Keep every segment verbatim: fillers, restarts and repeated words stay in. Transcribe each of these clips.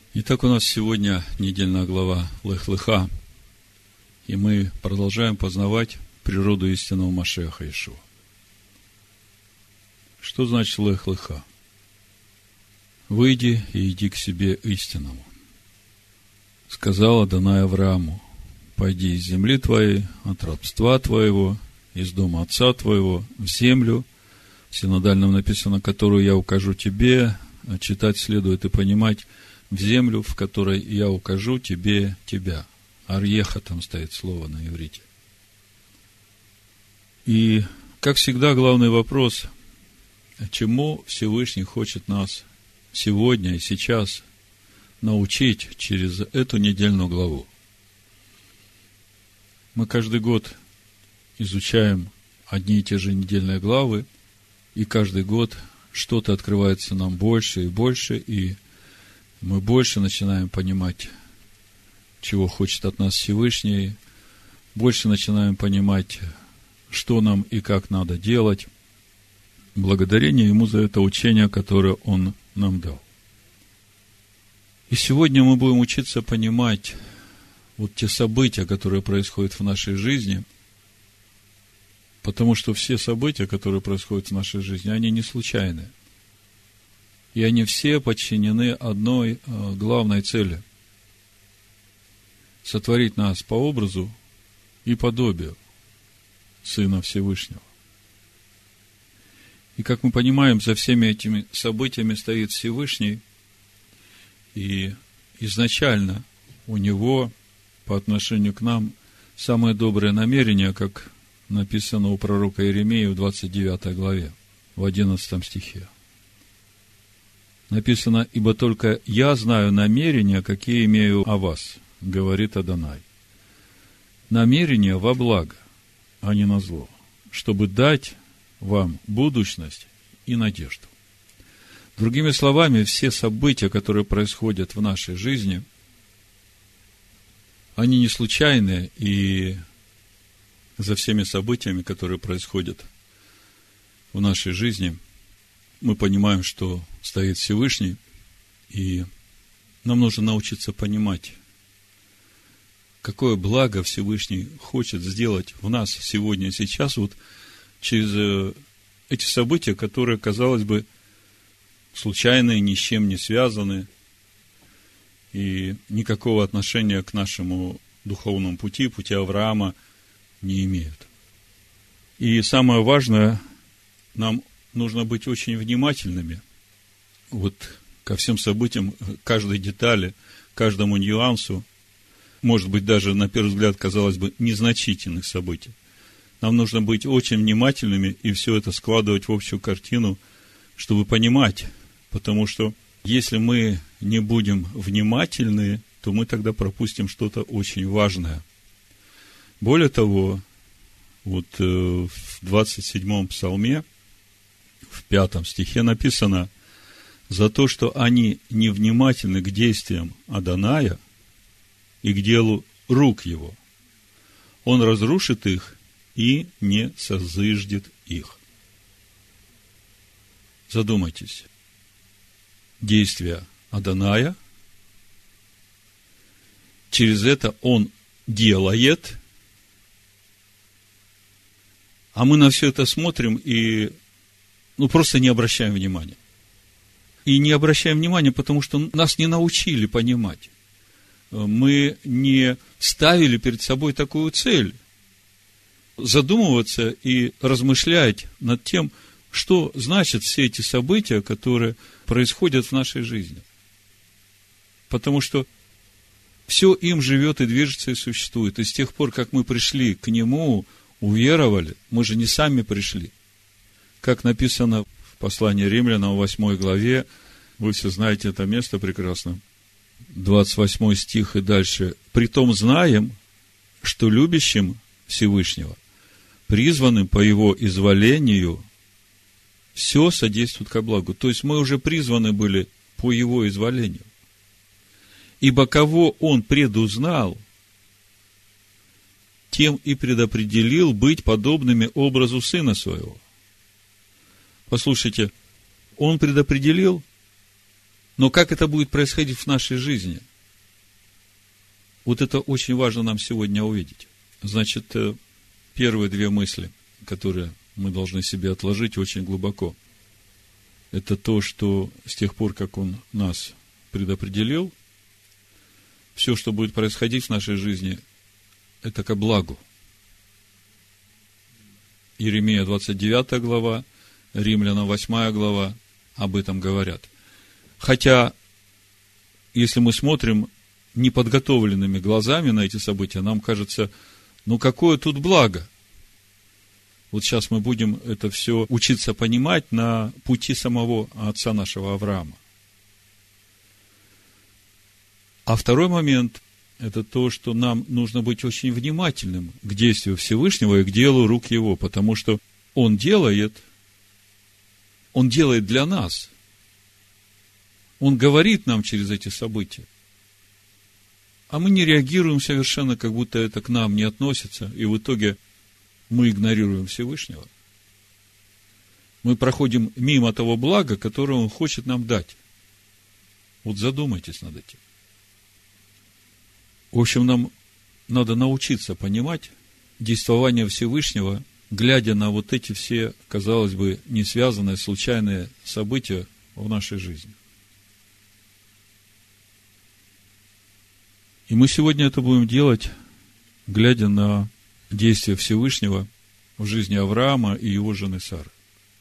Итак, у нас сегодня недельная глава Лех-Леха, и мы продолжаем познавать природу истинного Машиаха Иешуа. Что значит Лех-Леха? «Выйди и иди к себе истинному. Сказал Адонай Аврааму: пойди из земли твоей, от рабства твоего, из дома отца твоего, в землю, в синодальном написано, которую я укажу тебе, а читать следует и понимать, в землю, в которой я укажу тебе тебя». Арьеха там стоит слово на иврите. И, как всегда, главный вопрос: чему Всевышний хочет нас сегодня и сейчас научить через эту недельную главу? Мы каждый год изучаем одни и те же недельные главы, и каждый год что-то открывается нам больше и больше, и мы больше начинаем понимать, чего хочет от нас Всевышний, больше начинаем понимать, что нам и как надо делать, благодарение Ему за это учение, которое Он нам дал. И сегодня мы будем учиться понимать вот те события, которые происходят в нашей жизни, потому что все события, которые происходят в нашей жизни, они не случайны. И они все подчинены одной э, главной цели – сотворить нас по образу и подобию Сына Всевышнего. И, как мы понимаем, за всеми этими событиями стоит Всевышний, и изначально у Него по отношению к нам самое доброе намерение, как написано у пророка Иеремии в двадцать девятой главе, в одиннадцатом стихе. Написано: «Ибо только я знаю намерения, какие имею о вас, говорит Адонай. Намерения во благо, а не на зло, чтобы дать вам будущность и надежду». Другими словами, все события, которые происходят в нашей жизни, они не случайные, и за всеми событиями, которые происходят в нашей жизни, мы понимаем, что стоит Всевышний, и нам нужно научиться понимать, какое благо Всевышний хочет сделать в нас сегодня и сейчас, вот через эти события, которые, казалось бы, случайные, ни с чем не связаны, и никакого отношения к нашему духовному пути, пути Авраама, не имеют. И самое важное, нам нужно быть очень внимательными вот ко всем событиям, каждой детали, каждому нюансу, может быть, даже, на первый взгляд, казалось бы, незначительных событий. Нам нужно быть очень внимательными и все это складывать в общую картину, чтобы понимать, потому что если мы не будем внимательны, то мы тогда пропустим что-то очень важное. Более того, вот в двадцать седьмом псалме, в пятом стихе написано: «За то, что они невнимательны к действиям Адоная и к делу рук его, он разрушит их и не созыждет их». Задумайтесь. Действия Адоная, через это он делает, а мы на все это смотрим и ну, просто не обращаем внимания. И не обращаем внимания, потому что нас не научили понимать. Мы не ставили перед собой такую цель задумываться и размышлять над тем, что значат все эти события, которые происходят в нашей жизни. Потому что все им живет и движется и существует. И с тех пор, как мы пришли к Нему, уверовали, мы же не сами пришли. Как написано в послании Римлянам, в восьмой главе, вы все знаете это место прекрасно, двадцать восьмой стих и дальше. «Притом знаем, что любящим Всевышнего, призванным по Его изволению, все содействует ко благу». То есть мы уже призваны были по Его изволению. «Ибо кого Он предузнал, тем и предопределил быть подобными образу Сына Своего». Послушайте, Он предопределил, Но как это будет происходить в нашей жизни? Вот это очень важно нам сегодня увидеть. Значит, первые две мысли, которые мы должны себе отложить очень глубоко, это то, что с тех пор, как Он нас предопределил, все, что будет происходить в нашей жизни, это ко благу. Иеремия двадцать девятая глава, Римлянам восьмая глава об этом говорят. Хотя, если мы смотрим неподготовленными глазами на эти события, нам кажется, ну какое тут благо? Вот сейчас мы будем это все учиться понимать на пути самого отца нашего Авраама. А второй момент – это то, что нам нужно быть очень внимательным к действию Всевышнего и к делу рук Его, потому что Он делает, Он делает для нас. Он говорит нам через эти события. А мы не реагируем совершенно, как будто это к нам не относится, и в итоге мы игнорируем Всевышнего. Мы проходим мимо того блага, которое Он хочет нам дать. Вот задумайтесь над этим. В общем, нам надо научиться понимать действование Всевышнего, глядя на вот эти все, казалось бы, не связанные, случайные события в нашей жизни. И мы сегодня это будем делать, глядя на действия Всевышнего в жизни Авраама и его жены Сары.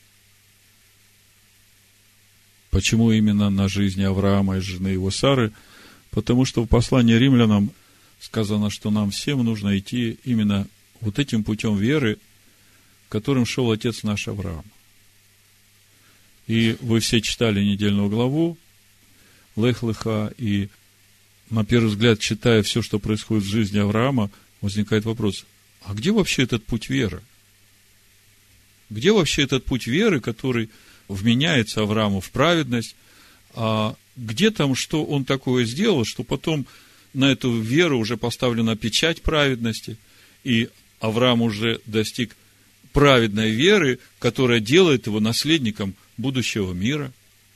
Почему именно на жизни Авраама и жены его Сары? Потому что в послании Римлянам сказано, что нам всем нужно идти именно вот этим путем веры, которым шел отец наш Авраам. И вы все читали недельную главу Лех Леха, и на первый взгляд, читая все, что происходит в жизни Авраама, возникает вопрос, а где вообще этот путь веры? Где вообще этот путь веры, который вменяется Аврааму в праведность? А где там, что он такое сделал, что потом на эту веру уже поставлена печать праведности, и Авраам уже достиг праведной веры, которая делает его наследником будущего мира?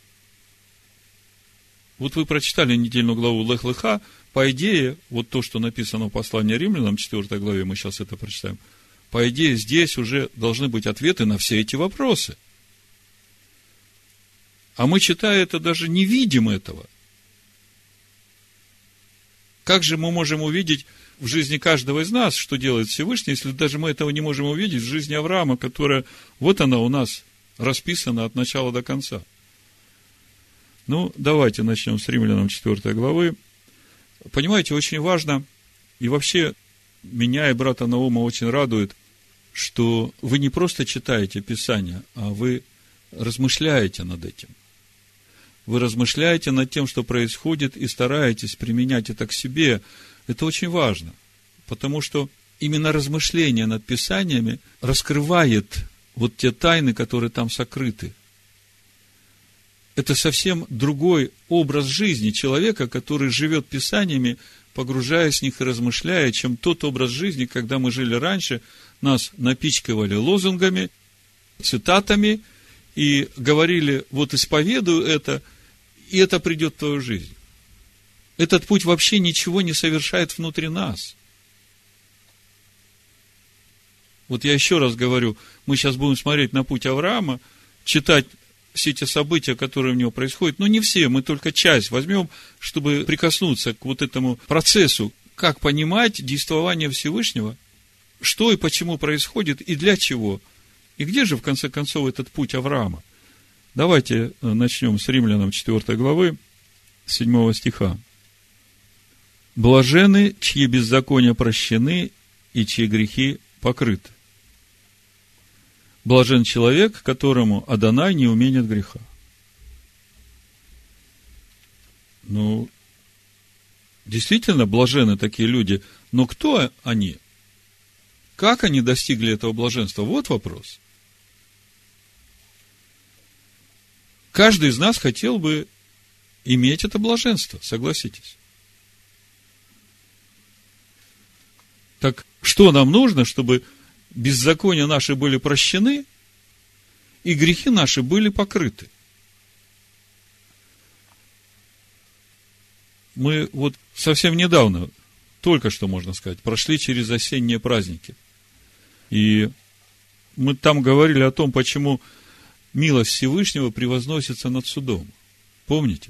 Вот вы прочитали недельную главу Лех Леха, по идее, вот то, что написано в послании Римлянам, четвёртой главе, мы сейчас это прочитаем, по идее, здесь уже должны быть ответы на все эти вопросы. А мы, читая это, даже не видим этого. Как же мы можем увидеть в жизни каждого из нас, что делает Всевышний, если даже мы этого не можем увидеть в жизни Авраама, которая, вот она у нас расписана от начала до конца. Ну, давайте начнем с Римлянам четвёртой главы. Понимаете, очень важно, и вообще меня и брата Наума очень радует, что вы не просто читаете Писание, а вы размышляете над этим. Вы размышляете над тем, что происходит, и стараетесь применять это к себе. Это очень важно, потому что именно размышление над Писаниями раскрывает вот те тайны, которые там сокрыты. Это совсем другой образ жизни человека, который живет Писаниями, погружаясь в них и размышляя, чем тот образ жизни, когда мы жили раньше, нас напичкивали лозунгами, цитатами, и говорили, вот исповедую это, и это придет в твою жизнь. Этот путь вообще ничего не совершает внутри нас. Вот я еще раз говорю, мы сейчас будем смотреть на путь Авраама, читать все эти события, которые у него происходят, но не все, мы только часть возьмем, чтобы прикоснуться к вот этому процессу, как понимать действование Всевышнего, что и почему происходит, и для чего. И где же, в конце концов, этот путь Авраама? Давайте начнем с Римлянам четвёртой главы, седьмого стиха. «Блажены, чьи беззакония прощены, и чьи грехи покрыты. Блажен человек, которому Адонай не уменит греха». Ну, действительно, блажены такие люди, но кто они? Как они достигли этого блаженства? Вот вопрос. Каждый из нас хотел бы иметь это блаженство, согласитесь. Так что нам нужно, чтобы беззакония наши были прощены, и грехи наши были покрыты? Мы вот совсем недавно, только что, можно сказать, прошли через осенние праздники. И мы там говорили о том, почему милость Всевышнего превозносится над судом. Помните?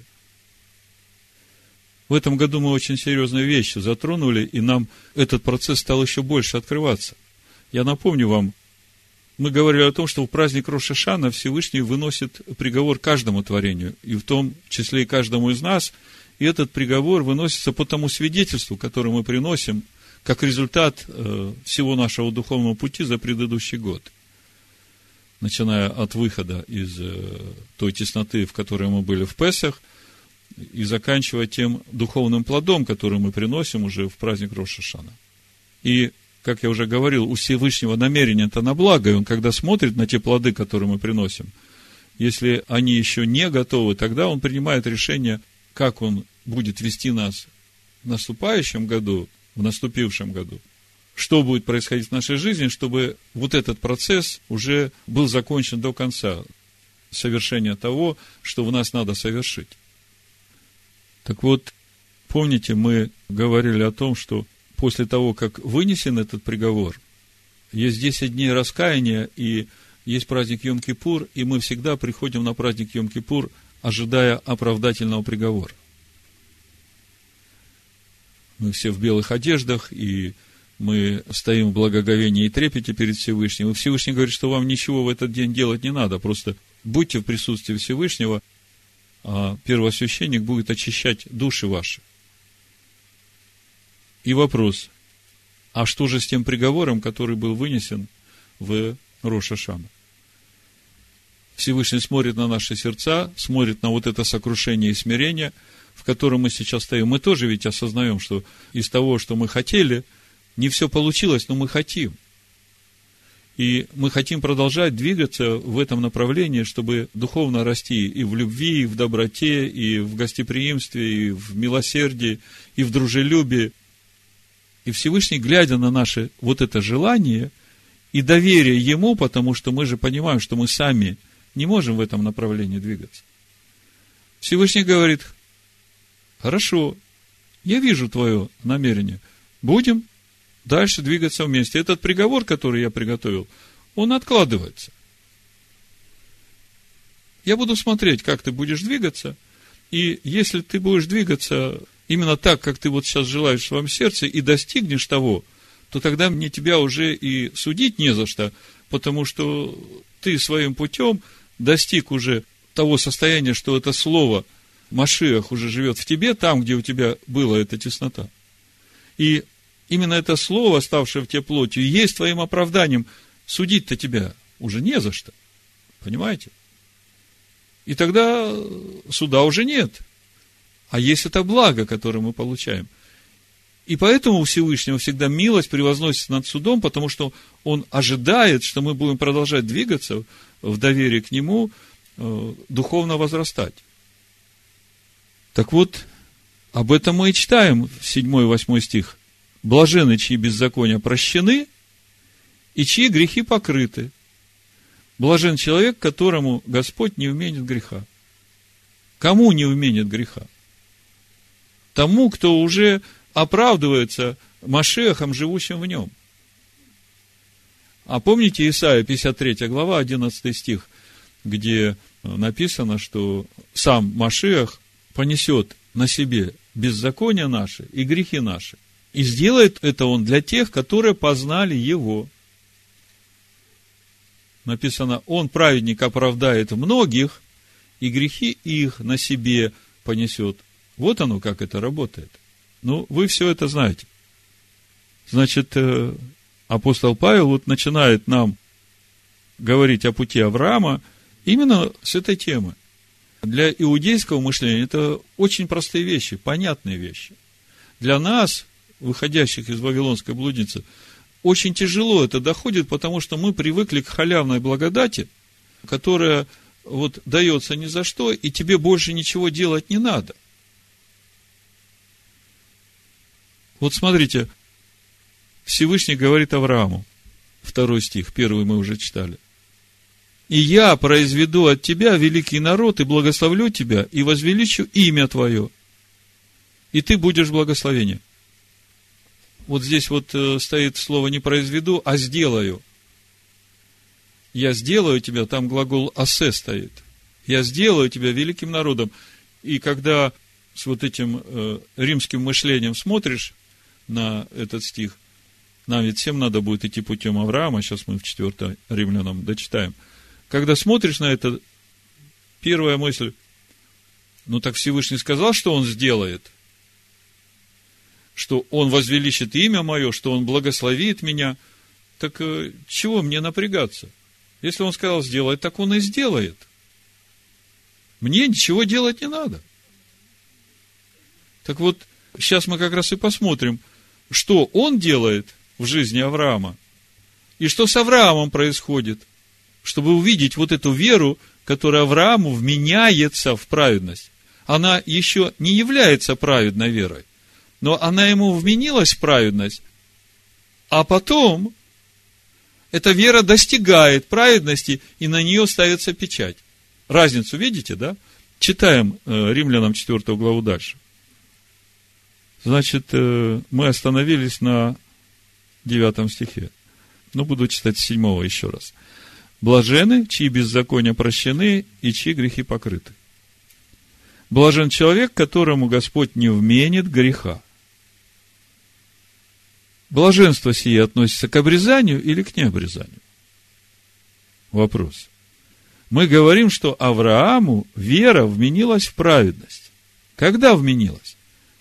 В этом году мы очень серьезные вещи затронули, и нам этот процесс стал еще больше открываться. Я напомню вам, мы говорили о том, что в праздник Рош ха-Шана Всевышний выносит приговор каждому творению, и в том числе и каждому из нас, и этот приговор выносится по тому свидетельству, которое мы приносим, как результат э, всего нашего духовного пути за предыдущий год. Начиная от выхода из э, той тесноты, в которой мы были в Песах, и заканчивая тем духовным плодом, который мы приносим уже в праздник Рош ха-Шана. И, как я уже говорил, у Всевышнего намерение-то на благо, и Он, когда смотрит на те плоды, которые мы приносим, если они еще не готовы, тогда Он принимает решение, как Он будет вести нас в наступающем году, в наступившем году, что будет происходить в нашей жизни, чтобы вот этот процесс уже был закончен до конца, совершения того, что в нас надо совершить. Так вот, помните, мы говорили о том, что после того, как вынесен этот приговор, есть десять дней раскаяния, и есть праздник Йом-Кипур, и мы всегда приходим на праздник Йом-Кипур, ожидая оправдательного приговора. Мы все в белых одеждах, и мы стоим в благоговении и трепете перед Всевышним. И Всевышний говорит, что вам ничего в этот день делать не надо, просто будьте в присутствии Всевышнего, а первосвященник будет очищать души ваши. И вопрос, а что же с тем приговором, который был вынесен в Рош ха-Шана? Всевышний смотрит на наши сердца, смотрит на вот это сокрушение и смирение, в котором мы сейчас стоим. Мы тоже ведь осознаем, что из того, что мы хотели, не все получилось, но мы хотим. И мы хотим продолжать двигаться в этом направлении, чтобы духовно расти и в любви, и в доброте, и в гостеприимстве, и в милосердии, и в дружелюбии. И Всевышний, глядя на наше вот это желание и доверие Ему, потому что мы же понимаем, что мы сами не можем в этом направлении двигаться. Всевышний говорит: хорошо, я вижу твое намерение, будем дальше двигаться вместе. Этот приговор, который я приготовил, он откладывается. Я буду смотреть, как ты будешь двигаться, и если ты будешь двигаться именно так, как ты вот сейчас желаешь в своем сердце, и достигнешь того, то тогда мне тебя уже и судить не за что, потому что ты своим путем достиг уже того состояния, что это слово Машиах уже живет в тебе, там, где у тебя была эта теснота. И именно это слово, ставшее в тебе плотью, есть твоим оправданием. Судить-то тебя уже не за что. Понимаете? И тогда суда уже нет. А есть это благо, которое мы получаем. И поэтому у Всевышнего всегда милость превозносится над судом, потому что Он ожидает, что мы будем продолжать двигаться в доверии к Нему, духовно возрастать. Так вот, об этом мы и читаем в седьмой и восьмой стих. Блаженны, чьи беззакония прощены, и чьи грехи покрыты. Блажен человек, которому Господь не вменит греха. Кому не вменит греха? Тому, кто уже оправдывается Машиахом, живущим в нем. А помните Исайя, пятьдесят третья глава, одиннадцатый стих, где написано, что сам Машиах понесет на себе беззакония наши и грехи наши. И сделает это Он для тех, которые познали Его. Написано: Он, праведник, оправдает многих, и грехи их на себе понесет. Вот оно, как это работает. Ну, вы все это знаете. Значит, апостол Павел вот начинает нам говорить о пути Авраама именно с этой темы. Для иудейского мышления это очень простые вещи, понятные вещи. Для нас, выходящих из вавилонской блудницы, очень тяжело это доходит, потому что мы привыкли к халявной благодати, которая вот дается ни за что, и тебе больше ничего делать не надо. Вот смотрите, Всевышний говорит Аврааму, второй стих, первый мы уже читали. «И я произведу от тебя великий народ, и благословлю тебя, и возвеличу имя твое, и ты будешь в благословении. Вот здесь вот стоит слово не произведу, а сделаю. Я сделаю тебя, там глагол асе стоит. Я сделаю тебя великим народом. И когда с вот этим э, римским мышлением смотришь на этот стих, нам ведь всем надо будет идти путем Авраама, сейчас мы в четвёртом Римлянам дочитаем. Когда смотришь на это, первая мысль, ну так Всевышний сказал, что Он сделает, что Он возвеличит имя мое, что Он благословит меня, так э, чего мне напрягаться? Если Он сказал сделать, так Он и сделает. Мне ничего делать не надо. Так вот, сейчас мы как раз и посмотрим, что Он делает в жизни Авраама, и что с Авраамом происходит, чтобы увидеть вот эту веру, которая Аврааму вменяется в праведность. Она еще не является праведной верой, но она ему вменилась в праведность, а потом эта вера достигает праведности, и на нее ставится печать. Разницу видите, да? Читаем э, Римлянам четвёртую главу дальше. Значит, э, мы остановились на девятом стихе. Ну, буду читать с седьмого еще раз. Блажены, чьи беззакония прощены, и чьи грехи покрыты. Блажен человек, которому Господь не вменит греха. Блаженство сие относится к обрезанию или к необрезанию? Вопрос. Мы говорим, что Аврааму вера вменилась в праведность. Когда вменилась?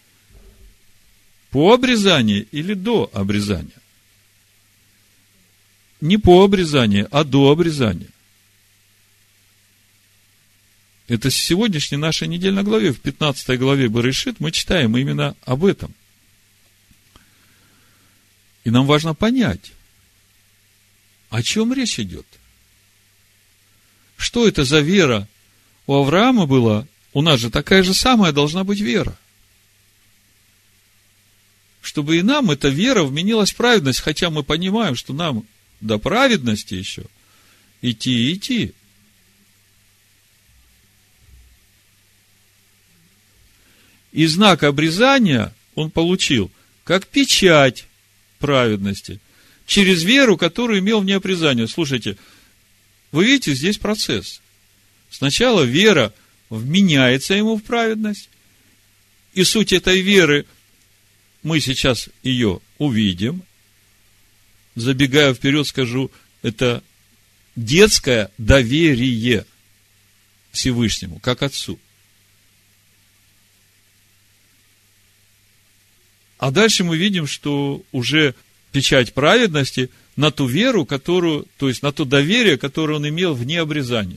По обрезанию или до обрезания? Не по обрезанию, а до обрезания. Это в сегодняшней нашей недельной главе, в пятнадцатой главе Берешит, мы читаем именно об этом. И нам важно понять, о чем речь идет. Что это за вера у Авраама была? У нас же такая же самая должна быть вера. Чтобы и нам эта вера вменилась в праведность, хотя мы понимаем, что нам до праведности еще идти и идти. И знак обрезания он получил как печать праведности через веру, которую имел в необрезании. Слушайте, вы видите, здесь процесс. Сначала вера вменяется ему в праведность, и суть этой веры, мы сейчас ее увидим. Забегая вперед, скажу, это детское доверие Всевышнему, как Отцу. А дальше мы видим, что уже печать праведности на ту веру, которую, то есть на то доверие, которое он имел вне обрезания.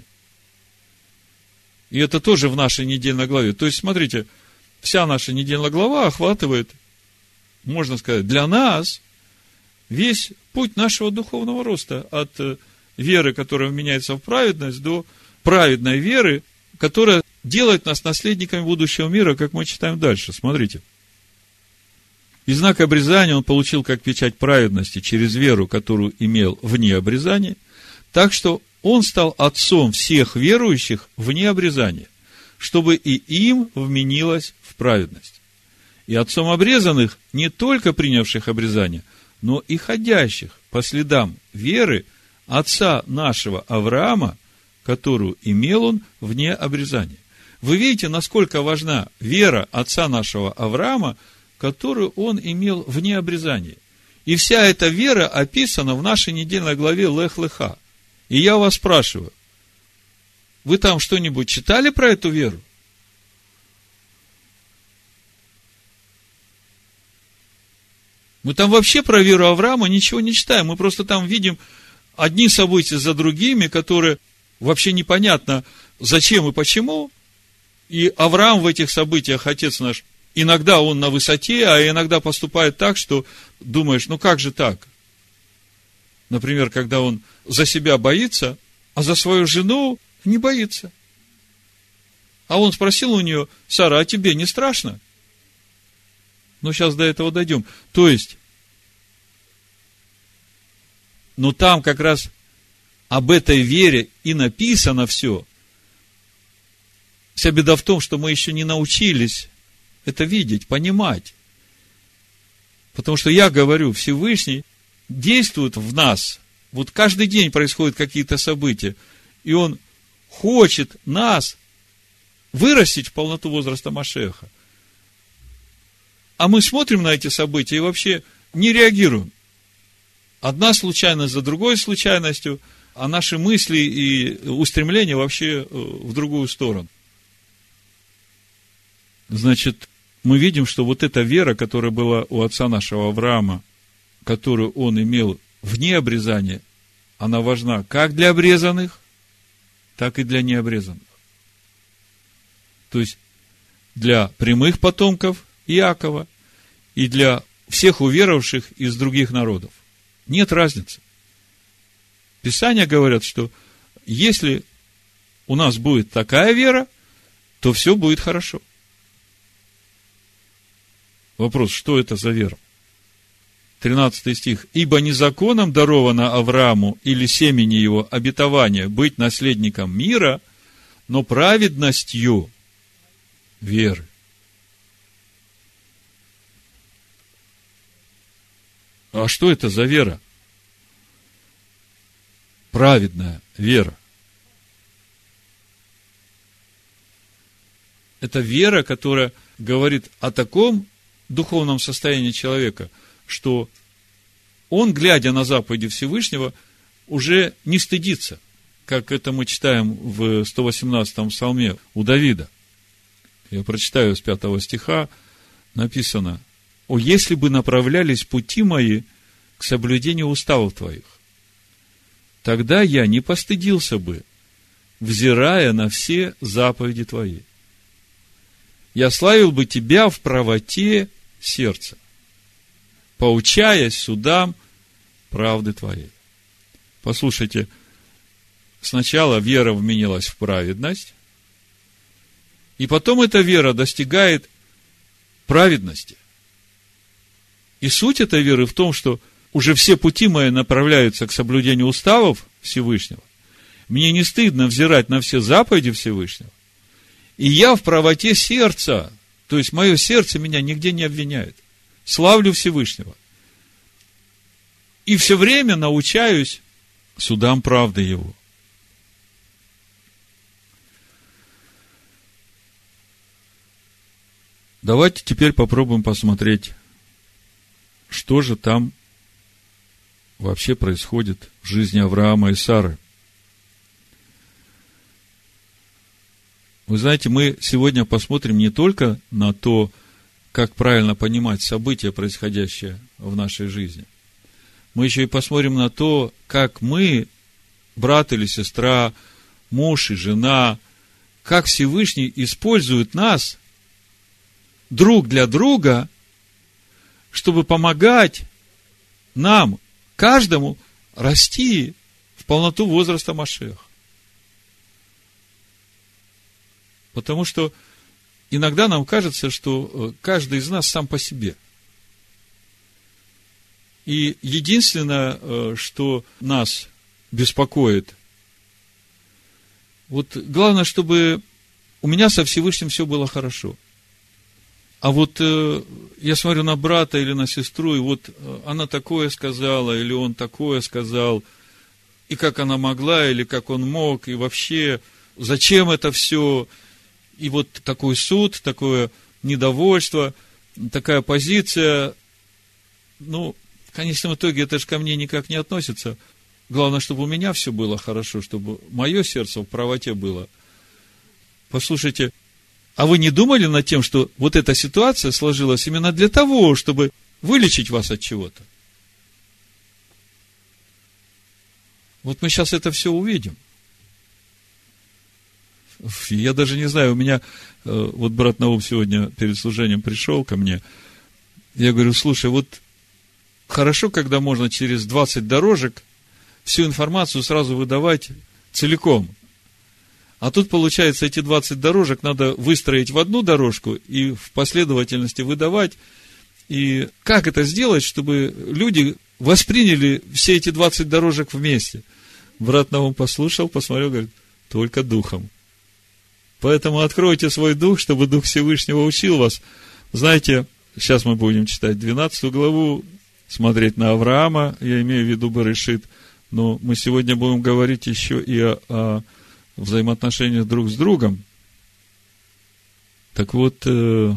И это тоже в нашей недельной главе. То есть, смотрите, вся наша недельная глава охватывает, можно сказать, для нас весь путь нашего духовного роста от веры, которая меняется в праведность, до праведной веры, которая делает нас наследниками будущего мира, как мы читаем дальше. Смотрите. И знак обрезания он получил как печать праведности через веру, которую имел вне обрезания, так что он стал отцом всех верующих вне обрезания, чтобы и им вменилось в праведность. И отцом обрезанных, не только принявших обрезание, но и ходящих по следам веры отца нашего Авраама, которую имел он вне обрезания. Вы видите, насколько важна вера отца нашего Авраама, которую он имел вне обрезания. И вся эта вера описана в нашей недельной главе Лех-Леха. И я вас спрашиваю, вы там что-нибудь читали про эту веру? Мы там вообще про веру Авраама ничего не читаем. Мы просто там видим одни события за другими, которые вообще непонятно зачем и почему. И Авраам в этих событиях, отец наш, иногда он на высоте, а иногда поступает так, что думаешь, ну как же так? Например, когда он за себя боится, а за свою жену не боится. А он спросил у нее: Сара, а тебе не страшно? Ну, сейчас до этого дойдем. То есть, ну там как раз об этой вере и написано все. Вся беда в том, что мы еще не научились это видеть, понимать. Потому что я говорю, Всевышний действует в нас. Вот каждый день происходят какие-то события, и Он хочет нас вырастить в полноту возраста Машеха. А мы смотрим на эти события и вообще не реагируем. Одна случайность за другой случайностью, а наши мысли и устремления вообще в другую сторону. Значит, мы видим, что вот эта вера, которая была у отца нашего Авраама, которую он имел вне обрезания, она важна как для обрезанных, так и для необрезанных. То есть, для прямых потомков Иакова и для всех уверовавших из других народов. Нет разницы. Писания говорят, что если у нас будет такая вера, то все будет хорошо. Вопрос, что это за вера? тринадцатый стих. «Ибо не законом даровано Аврааму или семени его обетование быть наследником мира, но праведностью веры». А что это за вера? Праведная вера. Это вера, которая говорит о таком духовном состоянии человека, что он, глядя на заповеди Всевышнего, уже не стыдится, как это мы читаем в сто восемнадцатом псалме у Давида. Я прочитаю с пятого стиха, написано: «О, если бы направлялись пути мои к соблюдению уставов твоих, тогда я не постыдился бы, взирая на все заповеди твои. Я славил бы тебя в правоте сердца, поучаясь судам правды твоей». Послушайте, сначала вера вменилась в праведность, и потом эта вера достигает праведности. И суть этой веры в том, что уже все пути мои направляются к соблюдению уставов Всевышнего. Мне не стыдно взирать на все заповеди Всевышнего. И я в правоте сердца, то есть мое сердце меня нигде не обвиняет. Славлю Всевышнего. И все время научаюсь судам правды Его. Давайте теперь попробуем посмотреть, что же там вообще происходит в жизни Авраама и Сары. Вы знаете, мы сегодня посмотрим не только на то, как правильно понимать события, происходящие в нашей жизни. Мы еще и посмотрим на то, как мы, брат или сестра, муж и жена, как Всевышний использует нас друг для друга, чтобы помогать нам, каждому, расти в полноту возраста Машеха. Потому что иногда нам кажется, что каждый из нас сам по себе. И единственное, что нас беспокоит, вот главное, чтобы у меня со Всевышним все было хорошо. А вот э, я смотрю на брата или на сестру, и вот она такое сказала, или он такое сказал, и как она могла, или как он мог, и вообще, зачем это все? И вот такой суд, такое недовольство, такая позиция, ну, в конечном итоге это же ко мне никак не относится. Главное, чтобы у меня все было хорошо, чтобы мое сердце в правоте было. Послушайте, а вы не думали над тем, что вот эта ситуация сложилась именно для того, чтобы вылечить вас от чего-то? Вот мы сейчас это все увидим. Я даже не знаю, у меня, вот брат Наум сегодня перед служением пришел ко мне, я говорю: слушай, вот хорошо, когда можно через двадцать дорожек всю информацию сразу выдавать целиком. А тут, получается, эти двадцать дорожек надо выстроить в одну дорожку и в последовательности выдавать. И как это сделать, чтобы люди восприняли все эти двадцать дорожек вместе? Брат Наум послушал, посмотрел, говорит: только духом. Поэтому откройте свой дух, чтобы Дух Всевышнего учил вас. Знаете, сейчас мы будем читать двенадцатую главу, смотреть на Авраама, я имею в виду Берешит, но мы сегодня будем говорить еще и о, о взаимоотношениях друг с другом. Так вот, э,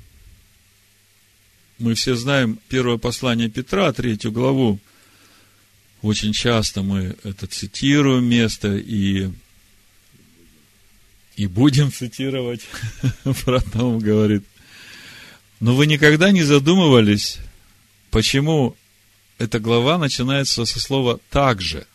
мы все знаем первое послание Петра, третью главу. Очень часто мы это цитируем место и, и будем цитировать. Брат Наум говорит. Но вы никогда не задумывались, почему эта глава начинается со слова «также».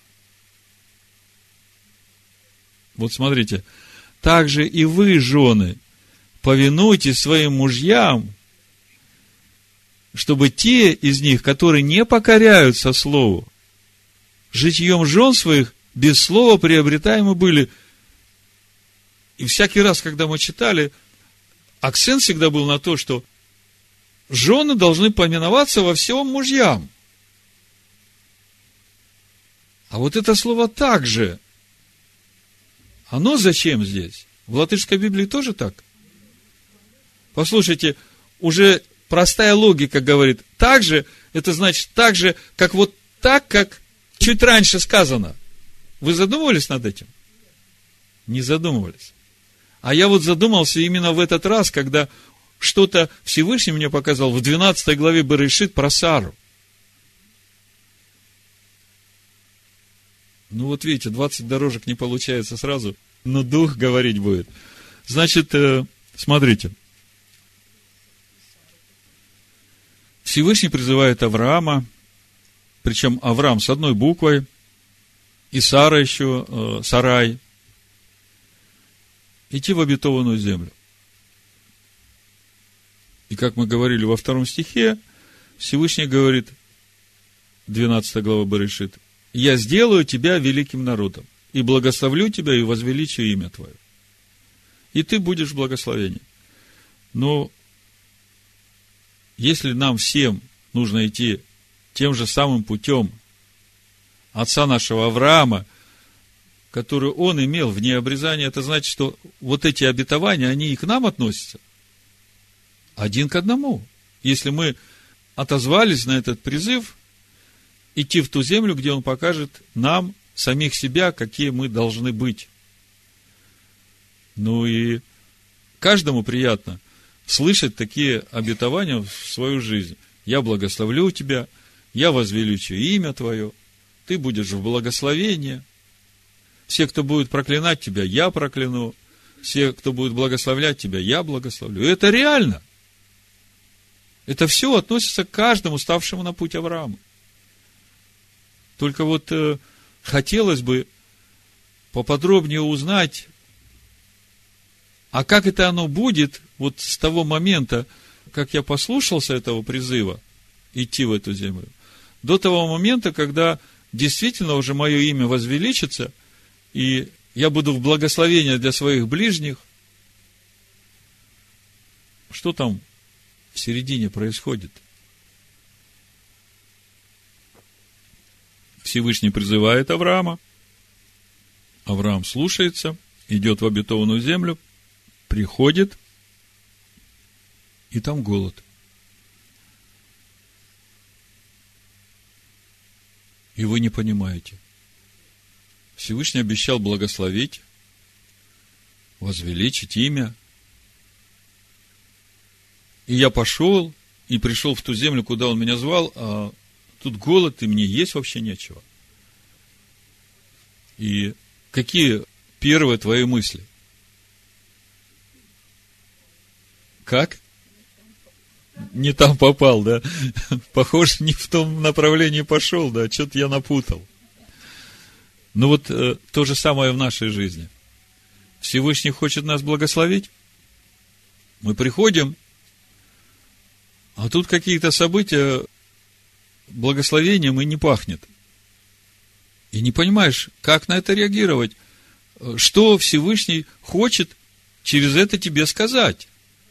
Вот смотрите. «Также и вы, жены, повинуйтесь своим мужьям, чтобы те из них, которые не покоряются слову, житьем жен своих без слова приобретаемы были». И всякий раз, когда мы читали, акцент всегда был на то, что жены должны повиноваться во всем мужьям. А вот это слово «также», оно зачем здесь? В латышской Библии тоже так? Послушайте, уже простая логика говорит, так же, это значит так же, как вот так, как чуть раньше сказано. Вы задумывались над этим? Не задумывались. А я вот задумался именно в этот раз, когда что-то Всевышний мне показал в двенадцатой главе Берешит про Сару. Ну вот видите, двадцать дорожек не получается сразу, но дух говорить будет. Значит, смотрите. Всевышний призывает Авраама, причем Авраам с одной буквой, и Сара еще, э, Сарай, идти в обетованную землю. И как мы говорили во втором стихе, Всевышний говорит, двенадцатая глава Берешит, «Я сделаю тебя великим народом, и благословлю тебя, и возвеличу имя твое. И ты будешь в благословении». Но если нам всем нужно идти тем же самым путем отца нашего Авраама, который он имел вне обрезания, это значит, что вот эти обетования, они и к нам относятся. Один к одному. Если мы отозвались на этот призыв, идти в ту землю, где он покажет нам, самих себя, какие мы должны быть. Ну и каждому приятно слышать такие обетования в свою жизнь. Я благословлю тебя, я возвеличу имя твое, ты будешь в благословении. Все, кто будет проклинать тебя, я прокляну. Все, кто будет благословлять тебя, я благословлю. И это реально. Это все относится к каждому, ставшему на путь Авраама. Только вот э, хотелось бы поподробнее узнать, а как это оно будет вот с того момента, как я послушался этого призыва идти в эту землю, до того момента, когда действительно уже мое имя возвеличится, и я буду в благословении для своих ближних. Что там в середине происходит? Всевышний призывает Авраама. Авраам слушается, идет в обетованную землю, приходит, и там голод. И вы не понимаете. Всевышний обещал благословить, возвеличить имя. И я пошел, и пришел в ту землю, куда он меня звал, а тут голод, и мне есть вообще нечего. И какие первые твои мысли? Как? Не там попал, да? Похоже, не в том направлении пошел, да? Что-то я напутал. Ну вот э, то же самое в нашей жизни. Всевышний хочет нас благословить. Мы приходим, а тут какие-то события, благословением и не пахнет. И не понимаешь, как на это реагировать. Что Всевышний хочет через это тебе сказать.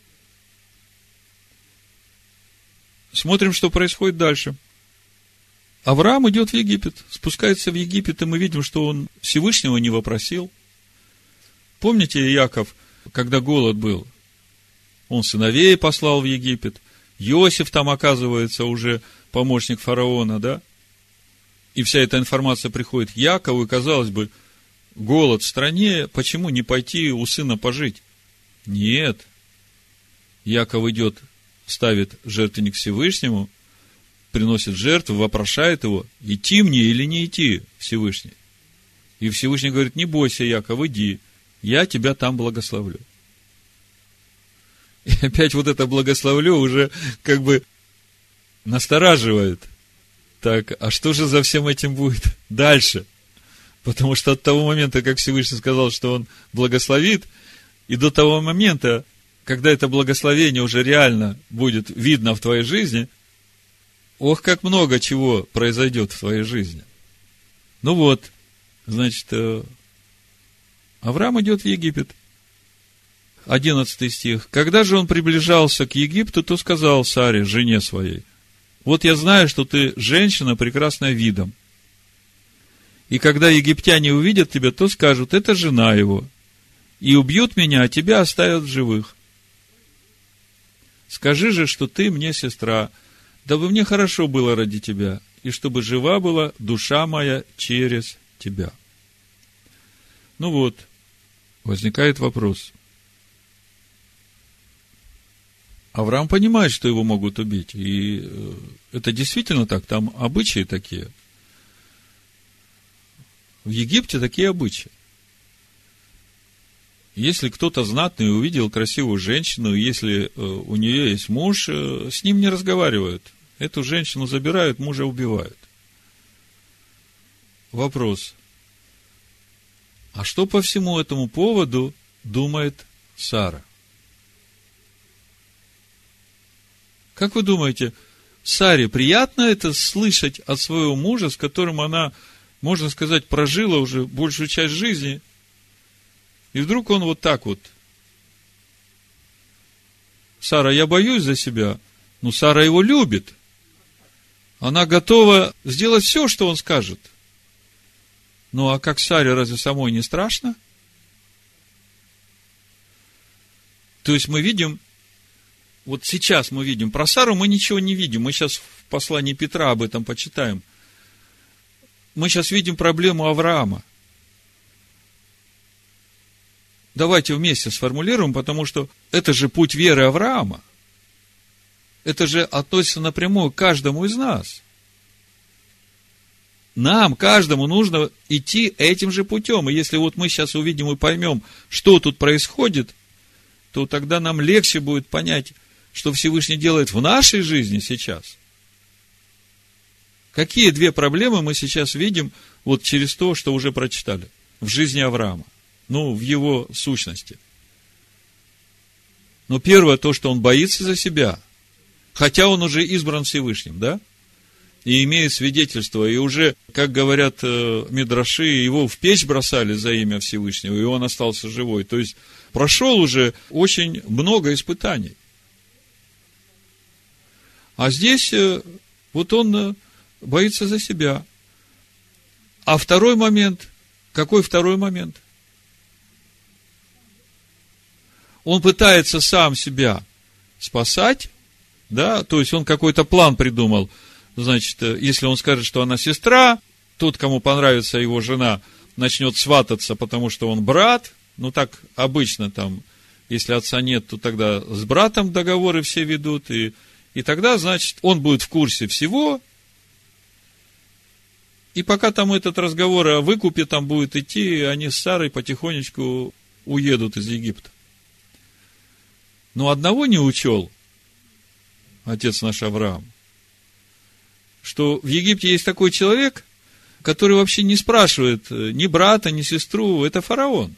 Смотрим, что происходит дальше. Авраам идет в Египет, спускается в Египет, и мы видим, что он Всевышнего не вопросил. Помните, Иаков, когда голод был, Он сыновей послал в Египет. Иосиф там, оказывается, уже помощник фараона, да? И вся эта информация приходит к Якову, и, казалось бы, голод в стране, почему не пойти у сына пожить? Нет. Яков идет, ставит жертвенник Всевышнему, приносит жертву, вопрошает его, идти мне или не идти, Всевышний. И Всевышний говорит: не бойся, Яков, иди, я тебя там благословлю. И опять вот это благословлю уже как бы настораживает. Так, а что же за всем этим будет дальше? Потому что от того момента, как Всевышний сказал, что Он благословит, и до того момента, когда это благословение уже реально будет видно в твоей жизни, ох, как много чего произойдет в твоей жизни. Ну вот, значит, Авраам идет в Египет. Одиннадцатый стих. Когда же он приближался к Египту, то сказал Саре, жене своей: вот я знаю, что ты женщина, прекрасная видом. И когда египтяне увидят тебя, то скажут: это жена его. И убьют меня, а тебя оставят в живых. Скажи же, что ты мне сестра, дабы мне хорошо было ради тебя, и чтобы жива была душа моя через тебя. Ну вот, возникает вопрос. Авраам понимает, что его могут убить, и это действительно так, там обычаи такие. В Египте такие обычаи. Если кто-то знатный увидел красивую женщину, если у нее есть муж, с ним не разговаривают. Эту женщину забирают, мужа убивают. Вопрос. А что по всему этому поводу думает Сара? Как вы думаете, Саре приятно это слышать от своего мужа, с которым она, можно сказать, прожила уже большую часть жизни, и вдруг он вот так вот: Сара, я боюсь за себя. Ну, Сара его любит. Она готова сделать все, что он скажет. Ну, а как Саре, разве самой не страшно? То есть мы видим, вот сейчас мы видим, про Сару мы ничего не видим. Мы сейчас в послании Петра об этом почитаем. Мы сейчас видим проблему Авраама. Давайте вместе сформулируем, потому что это же путь веры Авраама. Это же относится напрямую к каждому из нас. Нам, каждому, нужно идти этим же путем. И если вот мы сейчас увидим и поймем, что тут происходит, то тогда нам легче будет понять, что Всевышний делает в нашей жизни сейчас. Какие две проблемы мы сейчас видим вот через то, что уже прочитали в жизни Авраама? Ну, в его сущности. Но первое, то, что он боится за себя, хотя он уже избран Всевышним, да? И имеет свидетельство, и уже, как говорят э, мидраши, его в печь бросали за имя Всевышнего, и он остался живой. То есть, прошел уже очень много испытаний. А здесь, э, вот он э, боится за себя. А второй момент, какой второй момент? Он пытается сам себя спасать, да, то есть он какой-то план придумал. Значит, если он скажет, что она сестра, тот, кому понравится его жена, начнет свататься, потому что он брат. Ну, так обычно там, если отца нет, то тогда с братом договоры все ведут. И, и тогда, значит, он будет в курсе всего. И пока там этот разговор о выкупе там будет идти, они с Сарой потихонечку уедут из Египта. Но одного не учел отец наш Авраам, что в Египте есть такой человек, который вообще не спрашивает ни брата, ни сестру, это фараон.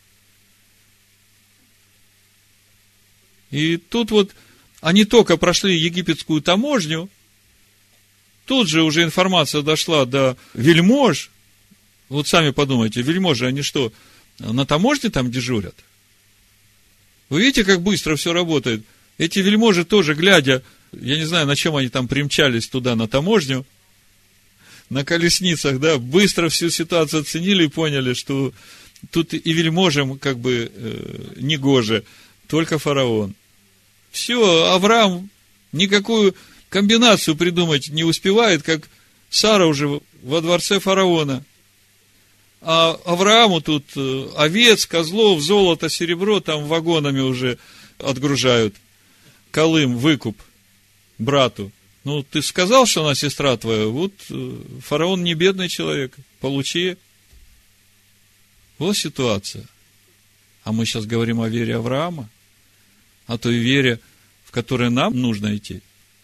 И тут вот они только прошли египетскую таможню, тут же уже информация дошла до вельмож. Вот сами подумайте, вельможи, они что, на таможне там дежурят? Вы видите, как быстро все работает? Эти вельможи тоже, глядя, я не знаю, на чем они там примчались туда, на таможню, на колесницах, да, быстро всю ситуацию оценили и поняли, что тут и вельможам как бы э, негоже, только фараон. Все, Авраам никакую комбинацию придумать не успевает, как Сара уже во дворце фараона. А Аврааму тут овец, козлов, золото, серебро там вагонами уже отгружают. Колым, выкуп брату. Ну, ты сказал, что она сестра твоя, вот фараон не бедный человек, получи. Вот ситуация. А мы сейчас говорим о вере Авраама, о той вере, в которой нам нужно идти.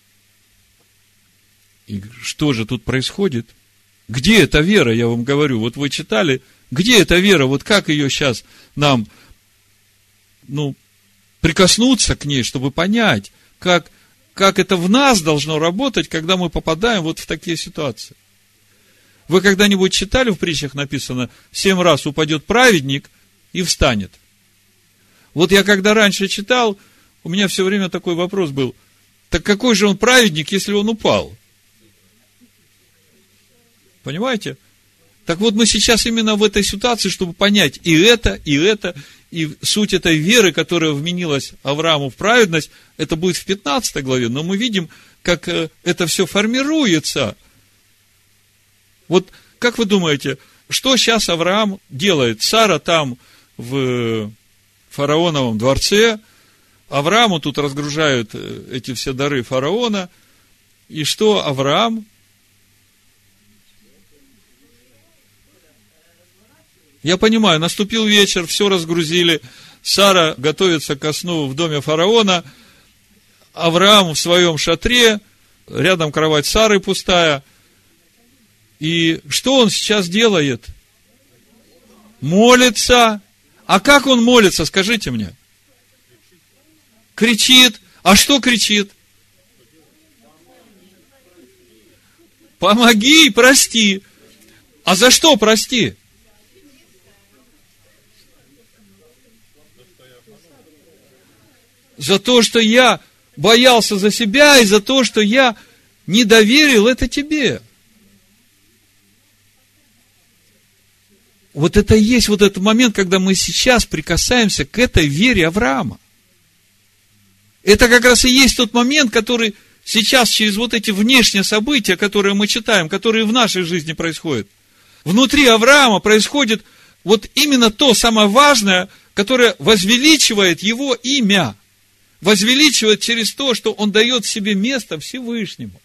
И что же тут происходит? Где эта вера, я вам говорю? Вот вы читали, где эта вера? Вот как ее сейчас нам, ну, прикоснуться к ней, чтобы понять, как, как это в нас должно работать, когда мы попадаем вот в такие ситуации. Вы когда-нибудь читали, в притчах написано, семь раз упадет праведник и встанет? Вот я когда раньше читал, у меня все время такой вопрос был, так какой же он праведник, если он упал? Понимаете? Так вот мы сейчас именно в этой ситуации, чтобы понять и это, и это, и суть этой веры, которая вменилась Аврааму в праведность, это будет в пятнадцатой главе, но мы видим, как это все формируется. Вот как вы думаете, что сейчас Авраам делает? Сара там в фараоновом дворце, Аврааму тут разгружают эти все дары фараона, и что Авраам? Я понимаю, наступил вечер, все разгрузили, Сара готовится ко сну в доме фараона, Авраам в своем шатре, рядом кровать Сары пустая. И что он сейчас делает? Молится. А как он молится, скажите мне? Кричит. А что кричит? Помоги и прости. А за что прости? За то, что я боялся за себя, и за то, что я не доверил это тебе. Вот это и есть вот этот момент, когда мы сейчас прикасаемся к этой вере Авраама. Это как раз и есть тот момент, который сейчас через вот эти внешние события, которые мы читаем, которые в нашей жизни происходят, внутри Авраама происходит вот именно то самое важное, которое возвеличивает его имя. Возвеличивает через то, что он дает себе место Всевышнему.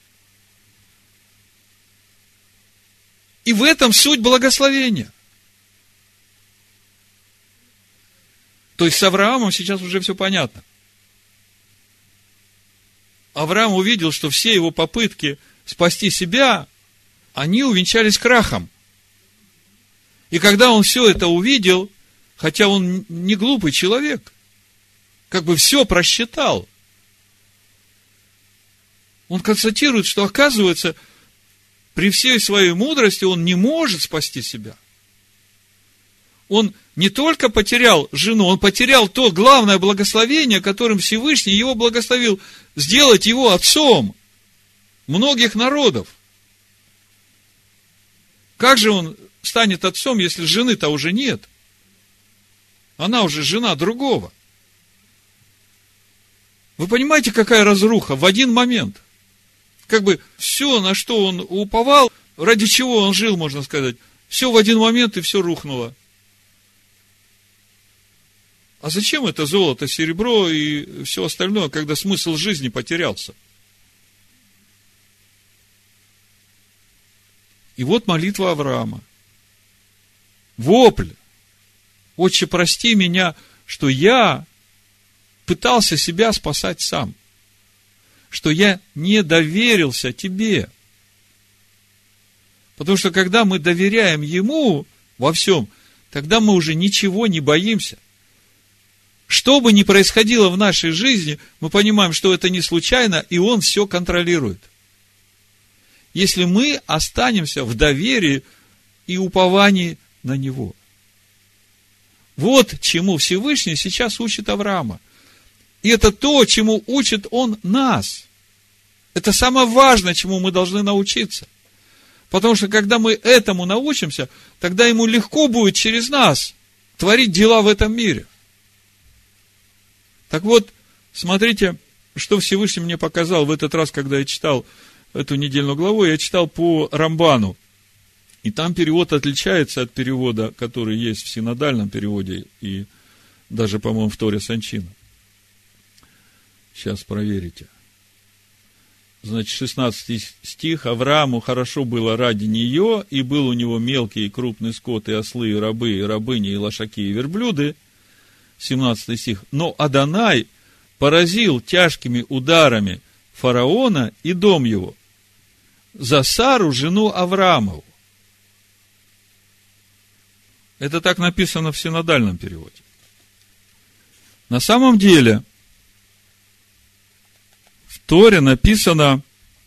И в этом суть благословения. То есть с Авраамом сейчас уже все понятно. Авраам увидел, что все его попытки спасти себя, они увенчались крахом. И когда он все это увидел, хотя он не глупый человек, как бы все просчитал, он констатирует, что, оказывается, при всей своей мудрости он не может спасти себя. Он не только потерял жену, он потерял то главное благословение, которым Всевышний его благословил, сделать его отцом многих народов. Как же он станет отцом, если жены-то уже нет? Она уже жена другого. Вы понимаете, какая разруха в один момент? Как бы все, на что он уповал, ради чего он жил, можно сказать, все в один момент и все рухнуло. А зачем это золото, серебро и все остальное, когда смысл жизни потерялся? И вот молитва Авраама. Вопль. Отче, прости меня, что я пытался себя спасать сам, что я не доверился тебе. Потому что когда мы доверяем ему во всем, тогда мы уже ничего не боимся. Что бы ни происходило в нашей жизни, мы понимаем, что это не случайно, и он все контролирует. Если мы останемся в доверии и уповании на него. Вот чему Всевышний сейчас учит Авраама. И это то, чему учит он нас. Это самое важное, чему мы должны научиться. Потому что, когда мы этому научимся, тогда ему легко будет через нас творить дела в этом мире. Так вот, смотрите, что Всевышний мне показал в этот раз, когда я читал эту недельную главу, я читал по Рамбану. И там перевод отличается от перевода, который есть в синодальном переводе, и даже, по-моему, в Торе Санчина. Сейчас проверите. Значит, шестнадцатый стих. Аврааму хорошо было ради нее, и был у него мелкий и крупный скот, и ослы, и рабы, и рабыни, и лошаки, и верблюды. семнадцатый стих. Но Адонай поразил тяжкими ударами фараона и дом его за Сару, жену Авраамову. Это так написано в синодальном переводе. На самом деле, в Торе написано,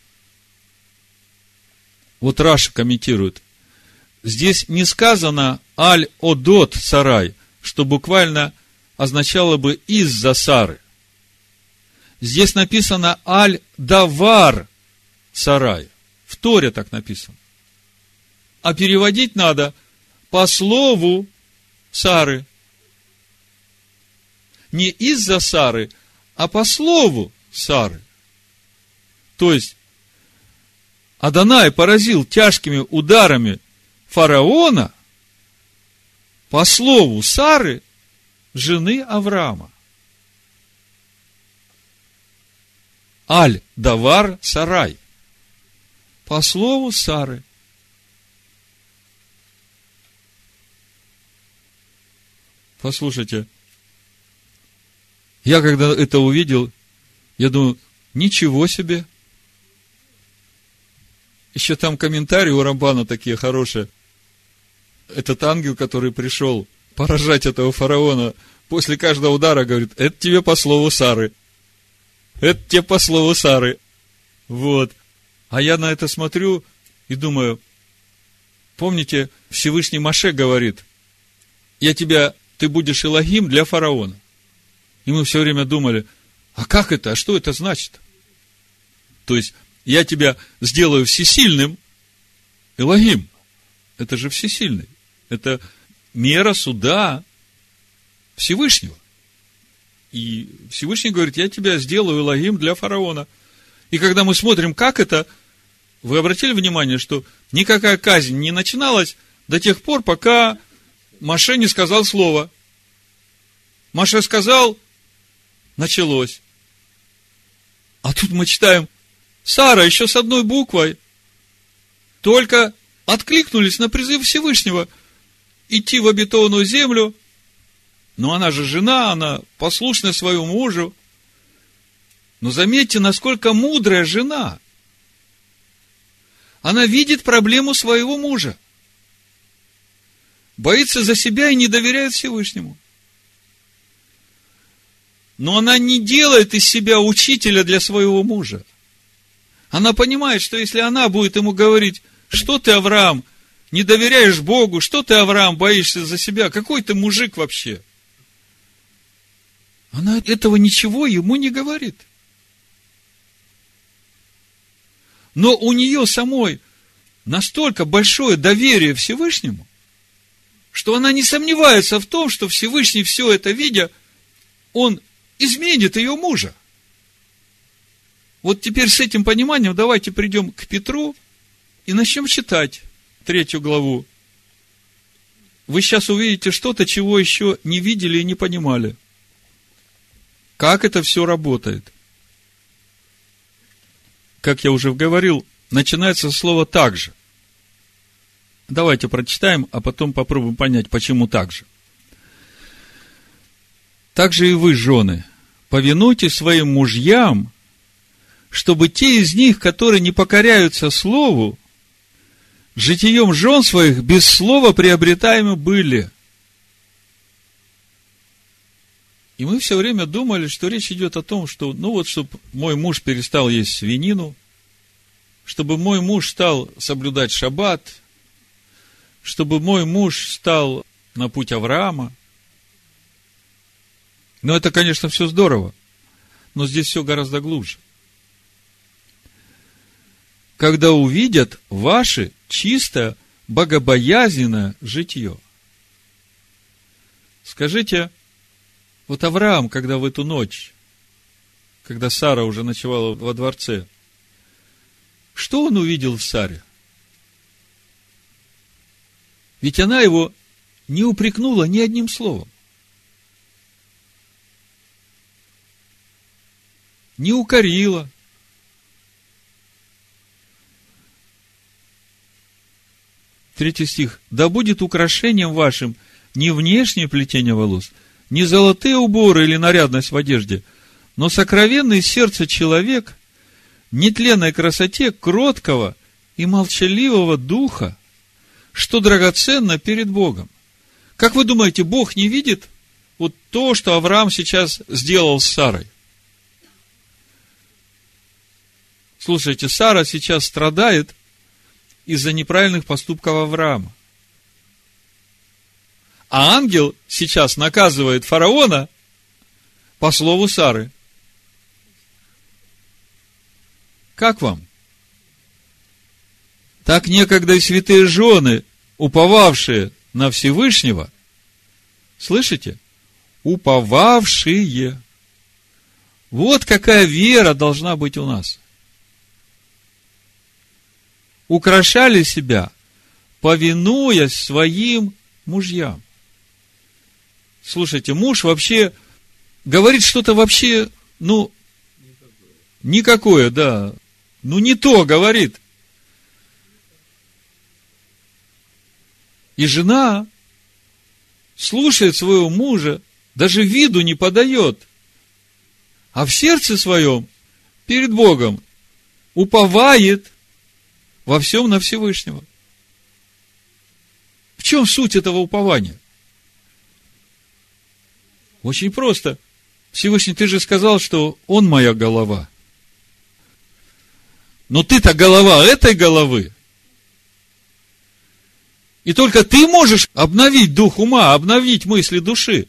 вот Раши комментирует, здесь не сказано «аль-одот сарай», что буквально означало бы «из-за Сары». Здесь написано «аль-давар сарай». В Торе так написано. А переводить надо по слову Сары. Не из-за Сары, а по слову Сары. То есть, Адонай поразил тяжкими ударами фараона по слову Сары, жены Авраама. Аль-давар сарай. По слову Сары. Послушайте, я когда это увидел, я думаю, ничего себе. Еще там комментарии у Рамбана такие хорошие. Этот ангел, который пришел поражать этого фараона, после каждого удара говорит, это тебе по слову Сары. Это тебе по слову Сары. Вот. А я на это смотрю и думаю, помните, Всевышний Моше говорит, я тебя, ты будешь Элохим для фараона. И мы все время думали, а как это, а что это значит? То есть, я тебя сделаю всесильным, Элохим. Это же всесильный. Это мера суда Всевышнего. И Всевышний говорит, я тебя сделаю Элохим для фараона. И когда мы смотрим, как это, вы обратили внимание, что никакая казнь не начиналась до тех пор, пока Моше не сказал слово. Моше сказал, началось. А тут мы читаем, Сара еще с одной буквой только откликнулись на призыв Всевышнего идти в обетованную землю. Но она же жена, она послушна своему мужу. Но заметьте, насколько мудрая жена. Она видит проблему своего мужа. Боится за себя и не доверяет Всевышнему. Но она не делает из себя учителя для своего мужа. Она понимает, что если она будет ему говорить, что ты, Авраам, не доверяешь Богу, что ты, Авраам, боишься за себя, какой ты мужик вообще? Она этого ничего ему не говорит. Но у нее самой настолько большое доверие Всевышнему, что она не сомневается в том, что Всевышний, все это видя, он изменит ее мужа. Вот теперь с этим пониманием давайте придем к Петру и начнем читать третью главу. Вы сейчас увидите что-то, чего еще не видели и не понимали. Как это все работает? Как я уже говорил, начинается слово «так же». Давайте прочитаем, а потом попробуем понять, почему так же. Так же и вы, жены, повинуйтесь своим мужьям, чтобы те из них, которые не покоряются слову, житием жен своих без слова приобретаемы были. И мы все время думали, что речь идет о том, что, ну вот, чтобы мой муж перестал есть свинину, чтобы мой муж стал соблюдать шаббат, чтобы мой муж стал на путь Авраама. Но это, конечно, все здорово, но здесь все гораздо глубже. Когда увидят ваше чистое, богобоязненное житье. Скажите, вот Авраам, когда в эту ночь, когда Сара уже ночевала во дворце, что он увидел в Саре? Ведь она его не упрекнула ни одним словом. Не укорила. Третий стих. Да будет украшением вашим не внешнее плетение волос, не золотые уборы или нарядность в одежде, но сокровенный сердце человек, нетленной красоте кроткого и молчаливого духа, что драгоценно перед Богом. Как вы думаете, Бог не видит вот то, что Авраам сейчас сделал с Сарой? Слушайте, Сара сейчас страдает из-за неправильных поступков Авраама. А ангел сейчас наказывает фараона по слову Сары. Как вам? Так некогда и святые жены, уповавшие на Всевышнего, слышите? Уповавшие. Вот какая вера должна быть у нас. Украшали себя, повинуясь своим мужьям. Слушайте, муж вообще говорит что-то вообще, ну, никакое, да, ну не то говорит. И жена слушает своего мужа, даже виду не подает, а в сердце своем перед Богом уповает во всем на Всевышнего. В чем суть этого упования? Очень просто. Всевышний, ты же сказал, что Он моя голова. Но ты-то голова этой головы. И только ты можешь обновить дух ума, обновить мысли души.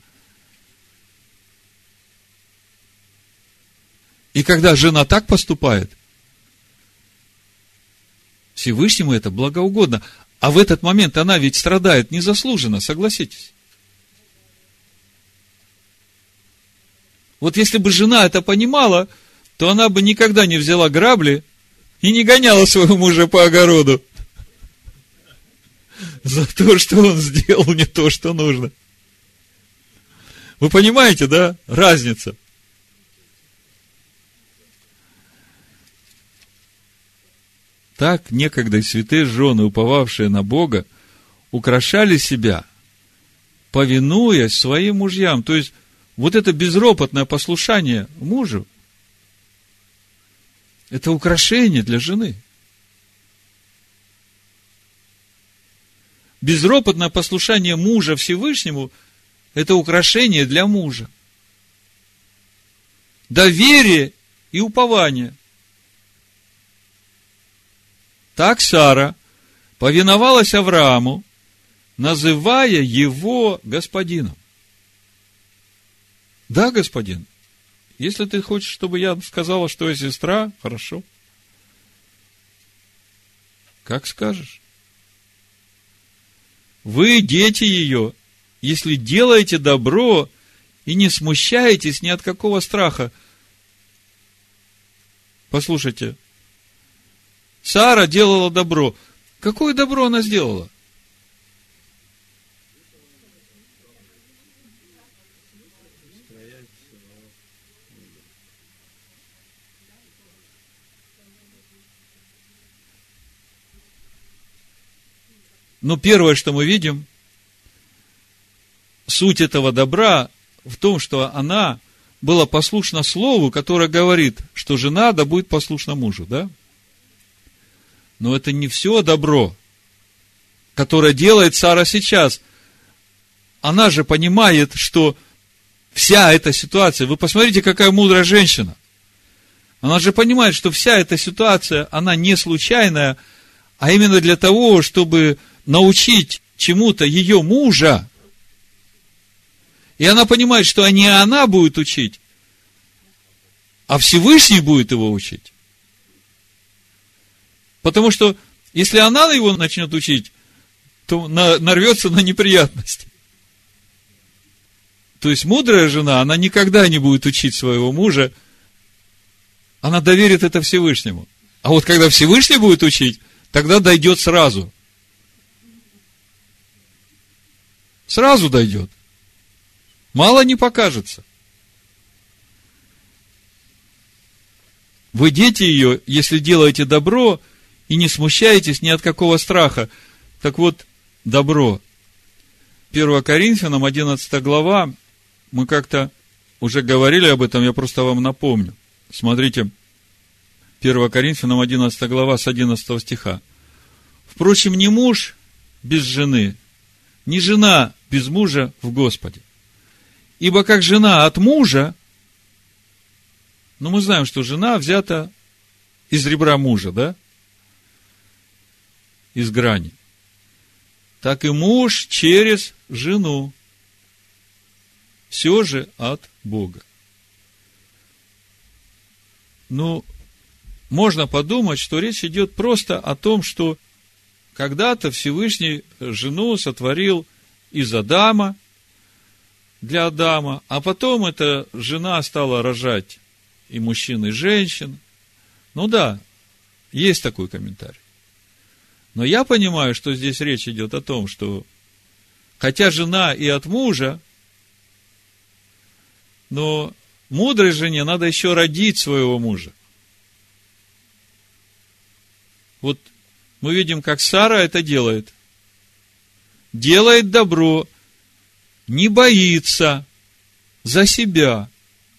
И когда жена так поступает, Всевышнему это благоугодно. А в этот момент она ведь страдает незаслуженно, согласитесь. Вот если бы жена это понимала, то она бы никогда не взяла грабли и не гоняла своего мужа по огороду за то, что он сделал не то, что нужно. Вы понимаете, да, разница? Так некогда и святые жены, уповавшие на Бога, украшали себя, повинуясь своим мужьям. То есть, вот это безропотное послушание мужу, это украшение для жены. Безропотное послушание мужа Всевышнему – это украшение для мужа. Доверие и упование. Так Сара повиновалась Аврааму, называя его господином. Да, господин, если ты хочешь, чтобы я сказала, что я сестра, хорошо. Как скажешь. Вы, дети ее, если делаете добро и не смущаетесь ни от какого страха. Послушайте, Сара делала добро. Какое добро она сделала? Но первое, что мы видим, суть этого добра в том, что она была послушна слову, которое говорит, что жена да будет послушна мужу, да? Но это не все добро, которое делает Сара сейчас. Она же понимает, что вся эта ситуация, вы посмотрите, какая мудрая женщина. Она же понимает, что вся эта ситуация, она не случайная, а именно для того, чтобы научить чему-то ее мужа. И она понимает, что не она будет учить, а Всевышний будет его учить. Потому что, если она его начнет учить, то нарвется на неприятности. То есть, мудрая жена, она никогда не будет учить своего мужа она доверит это Всевышнему. А вот когда Всевышний будет учить, тогда дойдет сразу. Сразу дойдет. Мало не покажется. Вы дети ее, если делаете добро и не смущаетесь ни от какого страха. Так вот, добро. первое Коринфянам, одиннадцатая глава, мы как-то уже говорили об этом, я просто вам напомню. Смотрите, первое Коринфянам, одиннадцатая глава, с одиннадцатого стиха. Впрочем, ни муж без жены, ни жена без мужа в Господе. Ибо как жена от мужа, ну, мы знаем, что жена взята из ребра мужа, да? Из грани. Так и муж через жену. Все же от Бога. Ну, можно подумать, что речь идет просто о том, что когда-то Всевышний жену сотворил из Адама, для Адама, а потом эта жена стала рожать и мужчин, и женщин. Ну да, есть такой комментарий. Но я понимаю, что здесь речь идет о том, что хотя жена и от мужа, но мудрой жене надо еще родить своего мужа. Вот мы видим, как Сара это делает. Делает добро, не боится за себя.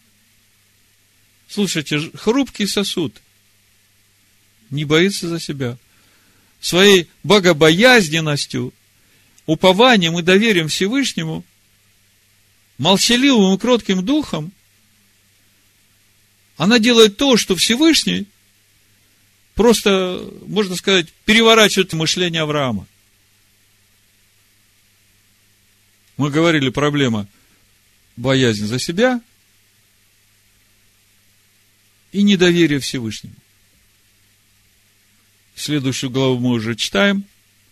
Слушайте, хрупкий сосуд. Не боится за себя. Своей богобоязненностью, упованием и доверием Всевышнему, молчаливым и кротким духом, она делает то, что Всевышний просто, можно сказать, переворачивает мышление Авраама. Мы говорили, проблема боязнь за себя и недоверие Всевышнему. Следующую главу мы уже читаем.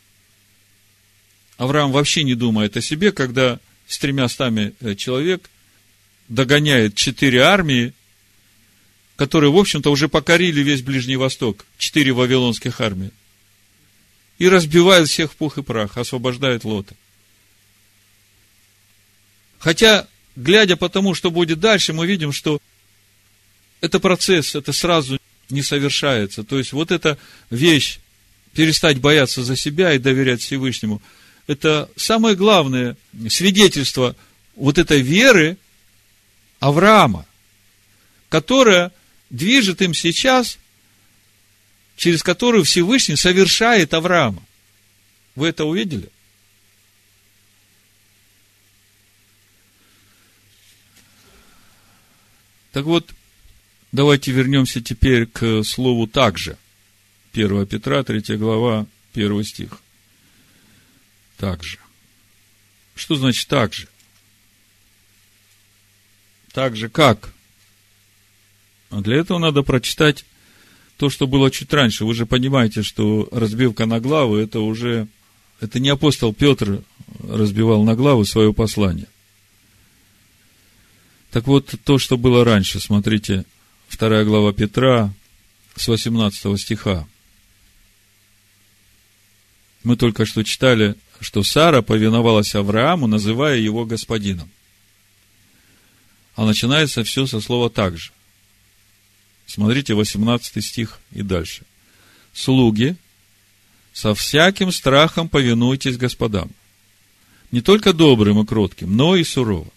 Авраам вообще не думает о себе, когда с тремястами человек догоняет четыре армии, которые, в общем-то, уже покорили весь Ближний Восток, четыре вавилонских армии, и разбивает всех в пух и прах, освобождает Лота. Хотя, глядя по тому, что будет дальше, мы видим, что это процесс, это сразу не совершается. То есть, вот эта вещь, перестать бояться за себя и доверять Всевышнему, это самое главное свидетельство вот этой веры Авраама, которая движет им сейчас, через которую Всевышний совершает Авраама. Вы это увидели? Так вот, давайте вернемся теперь к слову «также». первое Петра, третья глава, первый стих. «Также». Что значит «также»? «Так же как?» А для этого надо прочитать то, что было чуть раньше. Вы же понимаете, что разбивка на главы, это уже, это не апостол Петр разбивал на главы свое послание. Так вот, то, что было раньше, смотрите, вторая глава Петра, с восемнадцатого стиха. Мы только что читали, что Сара повиновалась Аврааму, называя его господином. А начинается все со слова «так же». Смотрите, восемнадцатый стих и дальше. «Слуги, со всяким страхом повинуйтесь господам, не только добрым и кротким, но и сурово.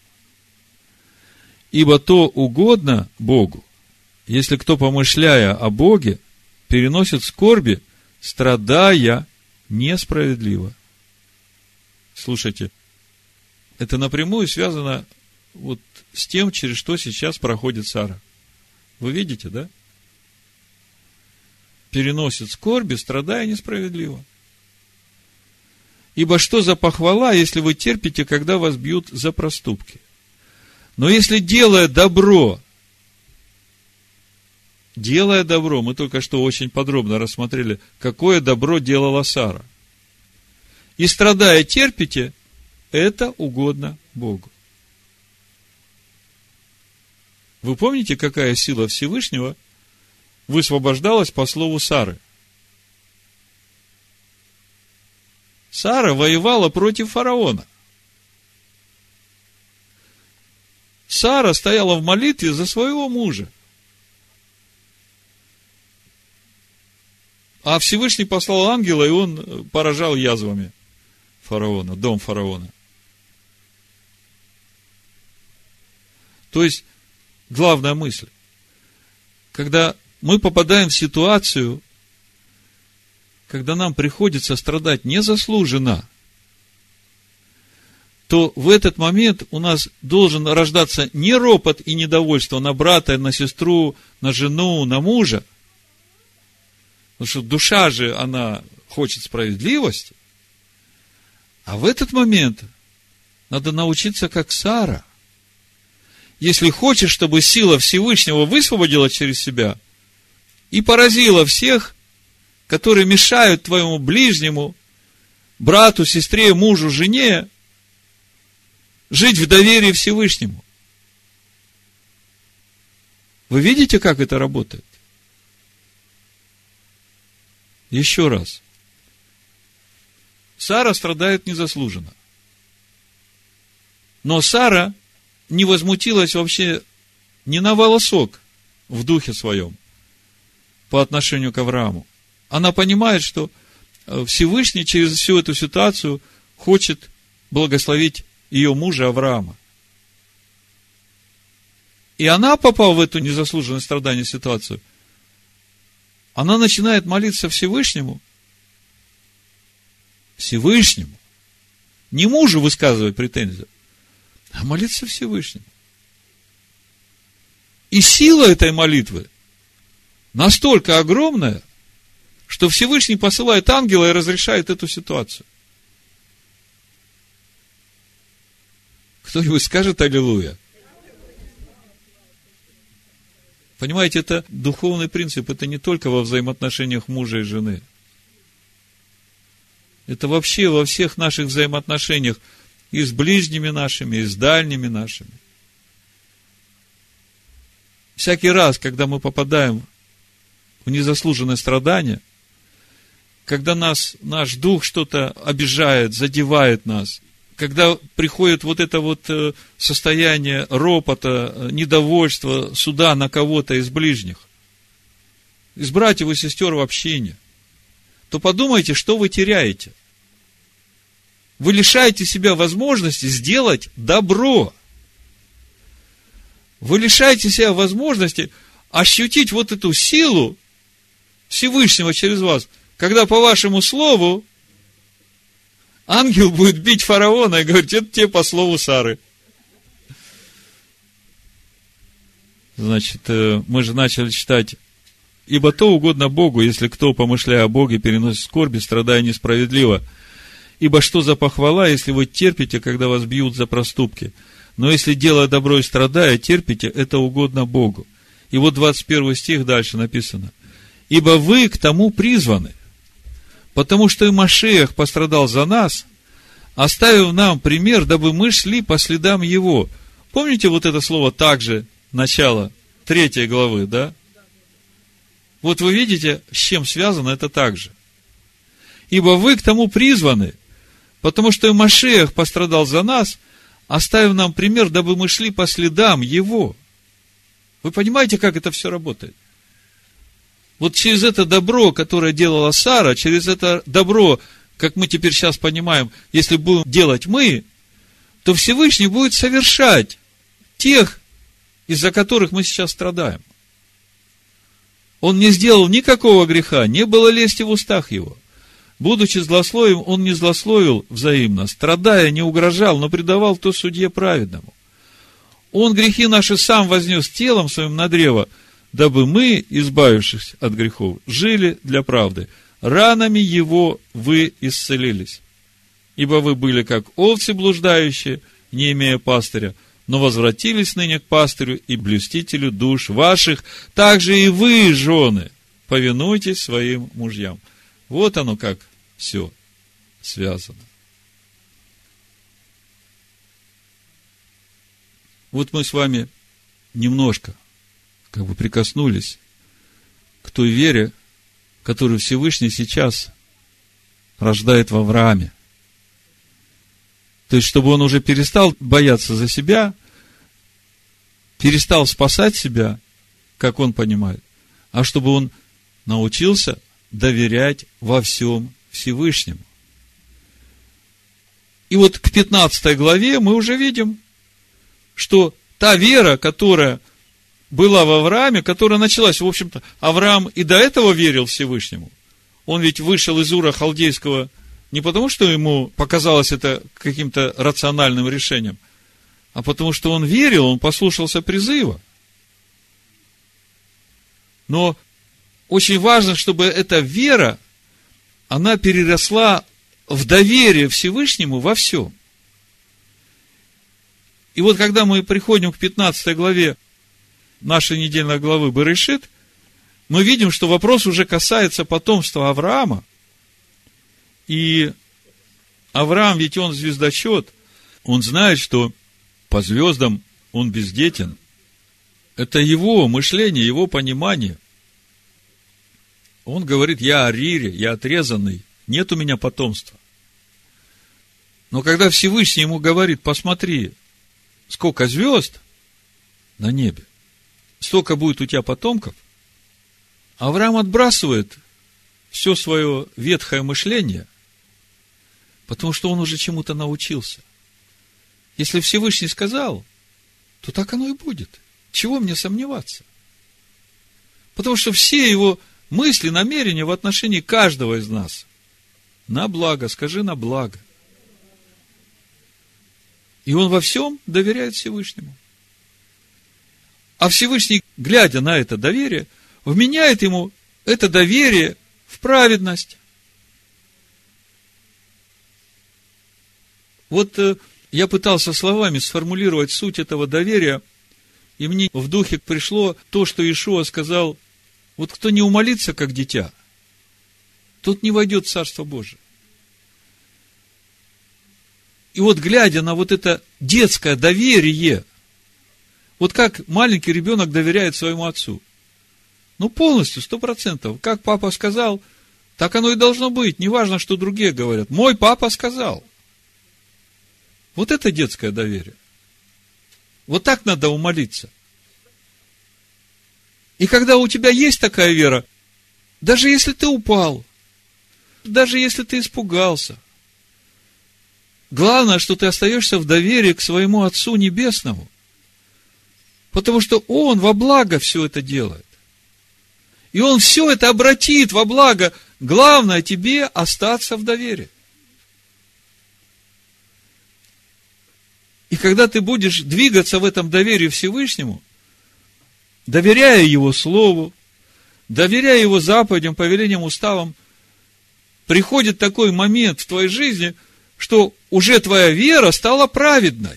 Ибо то угодно Богу, если кто, помышляя о Боге, переносит скорби, страдая несправедливо». Слушайте, это напрямую связано вот с тем, через что сейчас проходит Сара. Вы видите, да? Переносит скорби, страдая несправедливо. Ибо что за похвала, если вы терпите, когда вас бьют за проступки? Но если, делая добро, делая добро, мы только что очень подробно рассмотрели, какое добро делала Сара, и страдая терпите, это угодно Богу. Вы помните, какая сила Всевышнего высвобождалась по слову Сары. Сара воевала против фараона. Сара стояла в молитве за своего мужа. А Всевышний послал ангела, и он поражал язвами фараона, дом фараона. То есть, главная мысль. Когда мы попадаем в ситуацию, когда нам приходится страдать незаслуженно, то в этот момент у нас должен рождаться не ропот и недовольство на брата, на сестру, на жену, на мужа. Потому что душа же, она хочет справедливости. А в этот момент надо научиться, как Сара. Если хочешь, чтобы сила Всевышнего высвободила через себя и поразила всех, которые мешают твоему ближнему, брату, сестре, мужу, жене, жить в доверии Всевышнему. Вы видите, как это работает? Еще раз. Сара страдает незаслуженно. Но Сара не возмутилась вообще ни на волосок в духе своем по отношению к Аврааму. Она понимает, что Всевышний через всю эту ситуацию хочет благословить ее мужа Авраама. И она, попав в эту незаслуженное страдание ситуацию, она начинает молиться Всевышнему, Всевышнему, не мужу высказывать претензию, а молиться Всевышнему. И сила этой молитвы настолько огромная, что Всевышний посылает ангела и разрешает эту ситуацию. Кто-нибудь скажет аллилуйя? Понимаете, это духовный принцип, это не только во взаимоотношениях мужа и жены. Это вообще во всех наших взаимоотношениях и с ближними нашими, и с дальними нашими. Всякий раз, когда мы попадаем в незаслуженное страдание, когда нас, наш дух что-то обижает, задевает нас, когда приходит вот это вот состояние ропота, недовольства, суда на кого-то из ближних, из братьев и сестер в общине, то подумайте, что вы теряете. Вы лишаете себя возможности сделать добро. Вы лишаете себя возможности ощутить вот эту силу Всевышнего через вас, когда по вашему слову ангел будет бить фараона и говорить: это тебе по слову Сары. Значит, мы же начали читать: ибо то угодно Богу, если кто, помышляя о Боге, переносит скорби, страдая несправедливо. Ибо что за похвала, если вы терпите, когда вас бьют за проступки? Но если делая добро и страдая, терпите, это угодно Богу. И вот двадцать первый стих дальше написано: ибо вы к тому призваны, потому что и Машиах пострадал за нас, оставив нам пример, дабы мы шли по следам Его. Помните вот это слово «также», начало третьей главы, да? Вот вы видите, с чем связано это «также». Ибо вы к тому призваны, потому что и Машиах пострадал за нас, оставив нам пример, дабы мы шли по следам Его. Вы понимаете, как это все работает? Вот через это добро, которое делала Сара, через это добро, как мы теперь сейчас понимаем, если будем делать мы, то Всевышний будет совершать тех, из-за которых мы сейчас страдаем. Он не сделал никакого греха, не было лести в устах его. Будучи злословием, он не злословил взаимно, страдая, не угрожал, но предавал то судье праведному. Он грехи наши сам вознес телом своим на древо, дабы мы, избавившись от грехов, жили для правды. Ранами его вы исцелились. Ибо вы были как овцы блуждающие, не имея пастыря, но возвратились ныне к пастырю и блюстителю душ ваших. Также и вы, жены, повинуйтесь своим мужьям. Вот оно как все связано. Вот мы с вами немножко как бы прикоснулись к той вере, которую Всевышний сейчас рождает в Аврааме. То есть, чтобы он уже перестал бояться за себя, перестал спасать себя, как он понимает, а чтобы он научился доверять во всем Всевышнему. И вот к пятнадцатой главе мы уже видим, что та вера, которая была в Аврааме, которая началась, в общем-то, Авраам и до этого верил Всевышнему. Он ведь вышел из Ура Халдейского не потому, что ему показалось это каким-то рациональным решением, а потому что он верил, он послушался призыва. Но очень важно, чтобы эта вера, она переросла в доверие Всевышнему во всем. И вот когда мы приходим к пятнадцатой главе нашей недельной главы Берешит, мы видим, что вопрос уже касается потомства Авраама. И Авраам, ведь он звездочет, он знает, что по звездам он бездетен. Это его мышление, его понимание. Он говорит: я Арире, я отрезанный, нет у меня потомства. Но когда Всевышний ему говорит: посмотри, сколько звезд на небе, столько будет у тебя потомков, Авраам отбрасывает все свое ветхое мышление, потому что он уже чему-то научился. Если Всевышний сказал, то так оно и будет. Чего мне сомневаться? Потому что все его мысли, намерения в отношении каждого из нас на благо, скажи на благо. И он во всем доверяет Всевышнему. А Всевышний, глядя на это доверие, вменяет ему это доверие в праведность. Вот э, я пытался словами сформулировать суть этого доверия, и мне в духе пришло то, что Иешуа сказал: вот кто не умолится, как дитя, тот не войдет в Царство Божие. И вот, глядя на вот это детское доверие, вот как маленький ребенок доверяет своему отцу, ну, полностью, сто процентов, как папа сказал, так оно и должно быть, неважно, что другие говорят. Мой папа сказал. Вот это детское доверие. Вот так надо умолиться. И когда у тебя есть такая вера, даже если ты упал, даже если ты испугался, главное, что ты остаешься в доверии к своему Отцу Небесному, потому что Он во благо все это делает. И Он все это обратит во благо. Главное тебе остаться в доверии. И когда ты будешь двигаться в этом доверии Всевышнему, доверяя Его Слову, доверяя Его заповедям, повелениям, уставам, приходит такой момент в твоей жизни, что уже твоя вера стала праведной.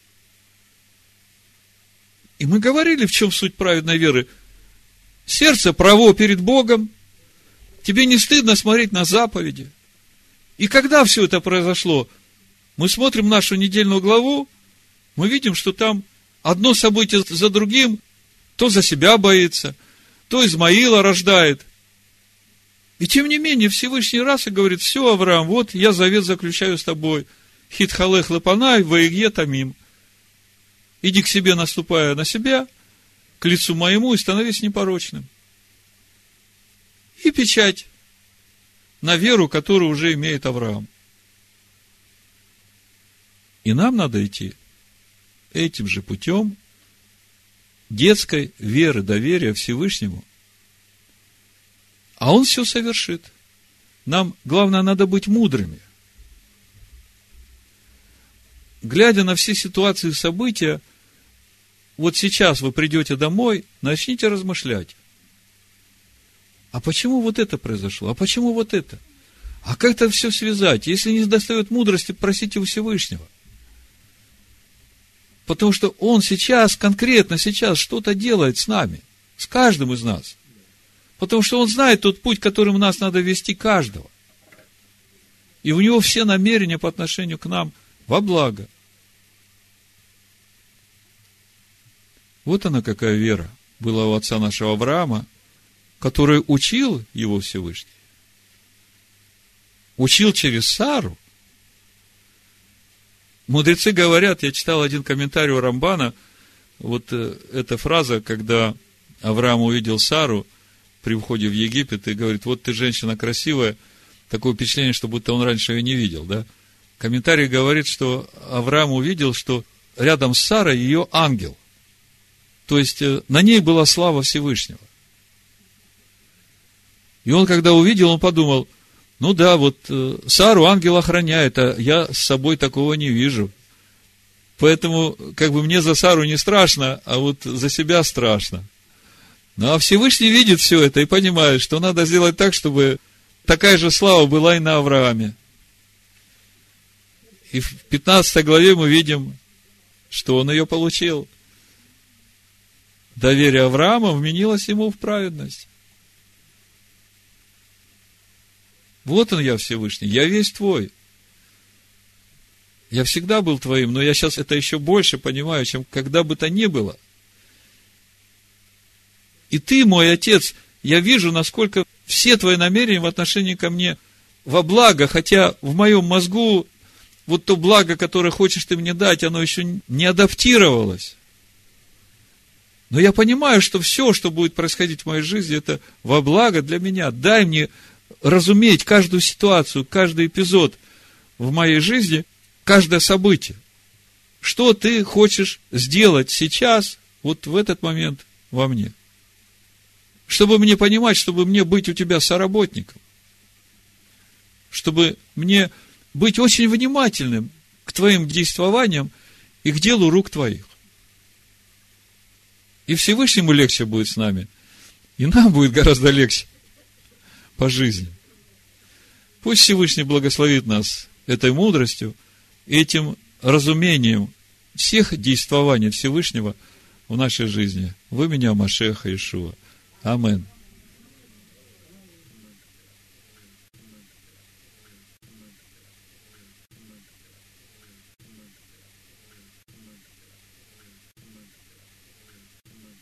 И мы говорили, в чем суть праведной веры. Сердце право перед Богом, тебе не стыдно смотреть на заповеди. И когда все это произошло, мы смотрим нашу недельную главу, мы видим, что там одно событие за другим, то за себя боится, то Измаила рождает. И тем не менее, Всевышний раз и говорит: все, Авраам, вот я завет заключаю с тобой. Хитхалех лепанай, ваегье тамим. Иди к себе, наступая на себя, к лицу моему, и становись непорочным. И печать на веру, которую уже имеет Авраам. И нам надо идти этим же путем детской веры, доверия Всевышнему. А Он все совершит. Нам, главное, надо быть мудрыми. Глядя на все ситуации и события, вот сейчас вы придете домой, начните размышлять. А почему вот это произошло? А почему вот это? А как это все связать? Если не достает мудрости, просите у Всевышнего. Потому что Он сейчас, конкретно сейчас, что-то делает с нами, с каждым из нас. Потому что Он знает тот путь, которым нас надо вести каждого. И у Него все намерения по отношению к нам во благо. Вот она какая вера была у отца нашего Авраама, который учил его Всевышний, учил через Сару. Мудрецы говорят, я читал один комментарий у Рамбана, вот эта фраза, когда Авраам увидел Сару при входе в Египет и говорит: вот ты женщина красивая, такое впечатление, что будто он раньше ее не видел, да? Комментарий говорит, что Авраам увидел, что рядом с Сарой ее ангел. То есть, на ней была слава Всевышнего. И он, когда увидел, он подумал: ну да, вот Сару ангел охраняет, а я с собой такого не вижу. Поэтому, как бы, мне за Сару не страшно, а вот за себя страшно. Ну, а Всевышний видит все это и понимает, что надо сделать так, чтобы такая же слава была и на Аврааме. И в пятнадцатой главе мы видим, что он ее получил. Доверие Авраама вменилось ему в праведность. Вот он, я Всевышний, я весь твой. Я всегда был твоим, но я сейчас это еще больше понимаю, чем когда бы то ни было. И ты, мой Отец, я вижу, насколько все твои намерения в отношении ко мне во благо, хотя в моем мозгу вот то благо, которое хочешь ты мне дать, оно еще не адаптировалось. Но я понимаю, что все, что будет происходить в моей жизни, это во благо для меня. Дай мне разуметь каждую ситуацию, каждый эпизод в моей жизни, каждое событие. Что ты хочешь сделать сейчас, вот в этот момент во мне? Чтобы мне понимать, чтобы мне быть у тебя соработником. Чтобы мне быть очень внимательным к твоим действованиям и к делу рук твоих. И Всевышнему легче будет с нами, и нам будет гораздо легче по жизни. Пусть Всевышний благословит нас этой мудростью, этим разумением всех действований Всевышнего в нашей жизни. Во имя Машеха Иешуа. Амин.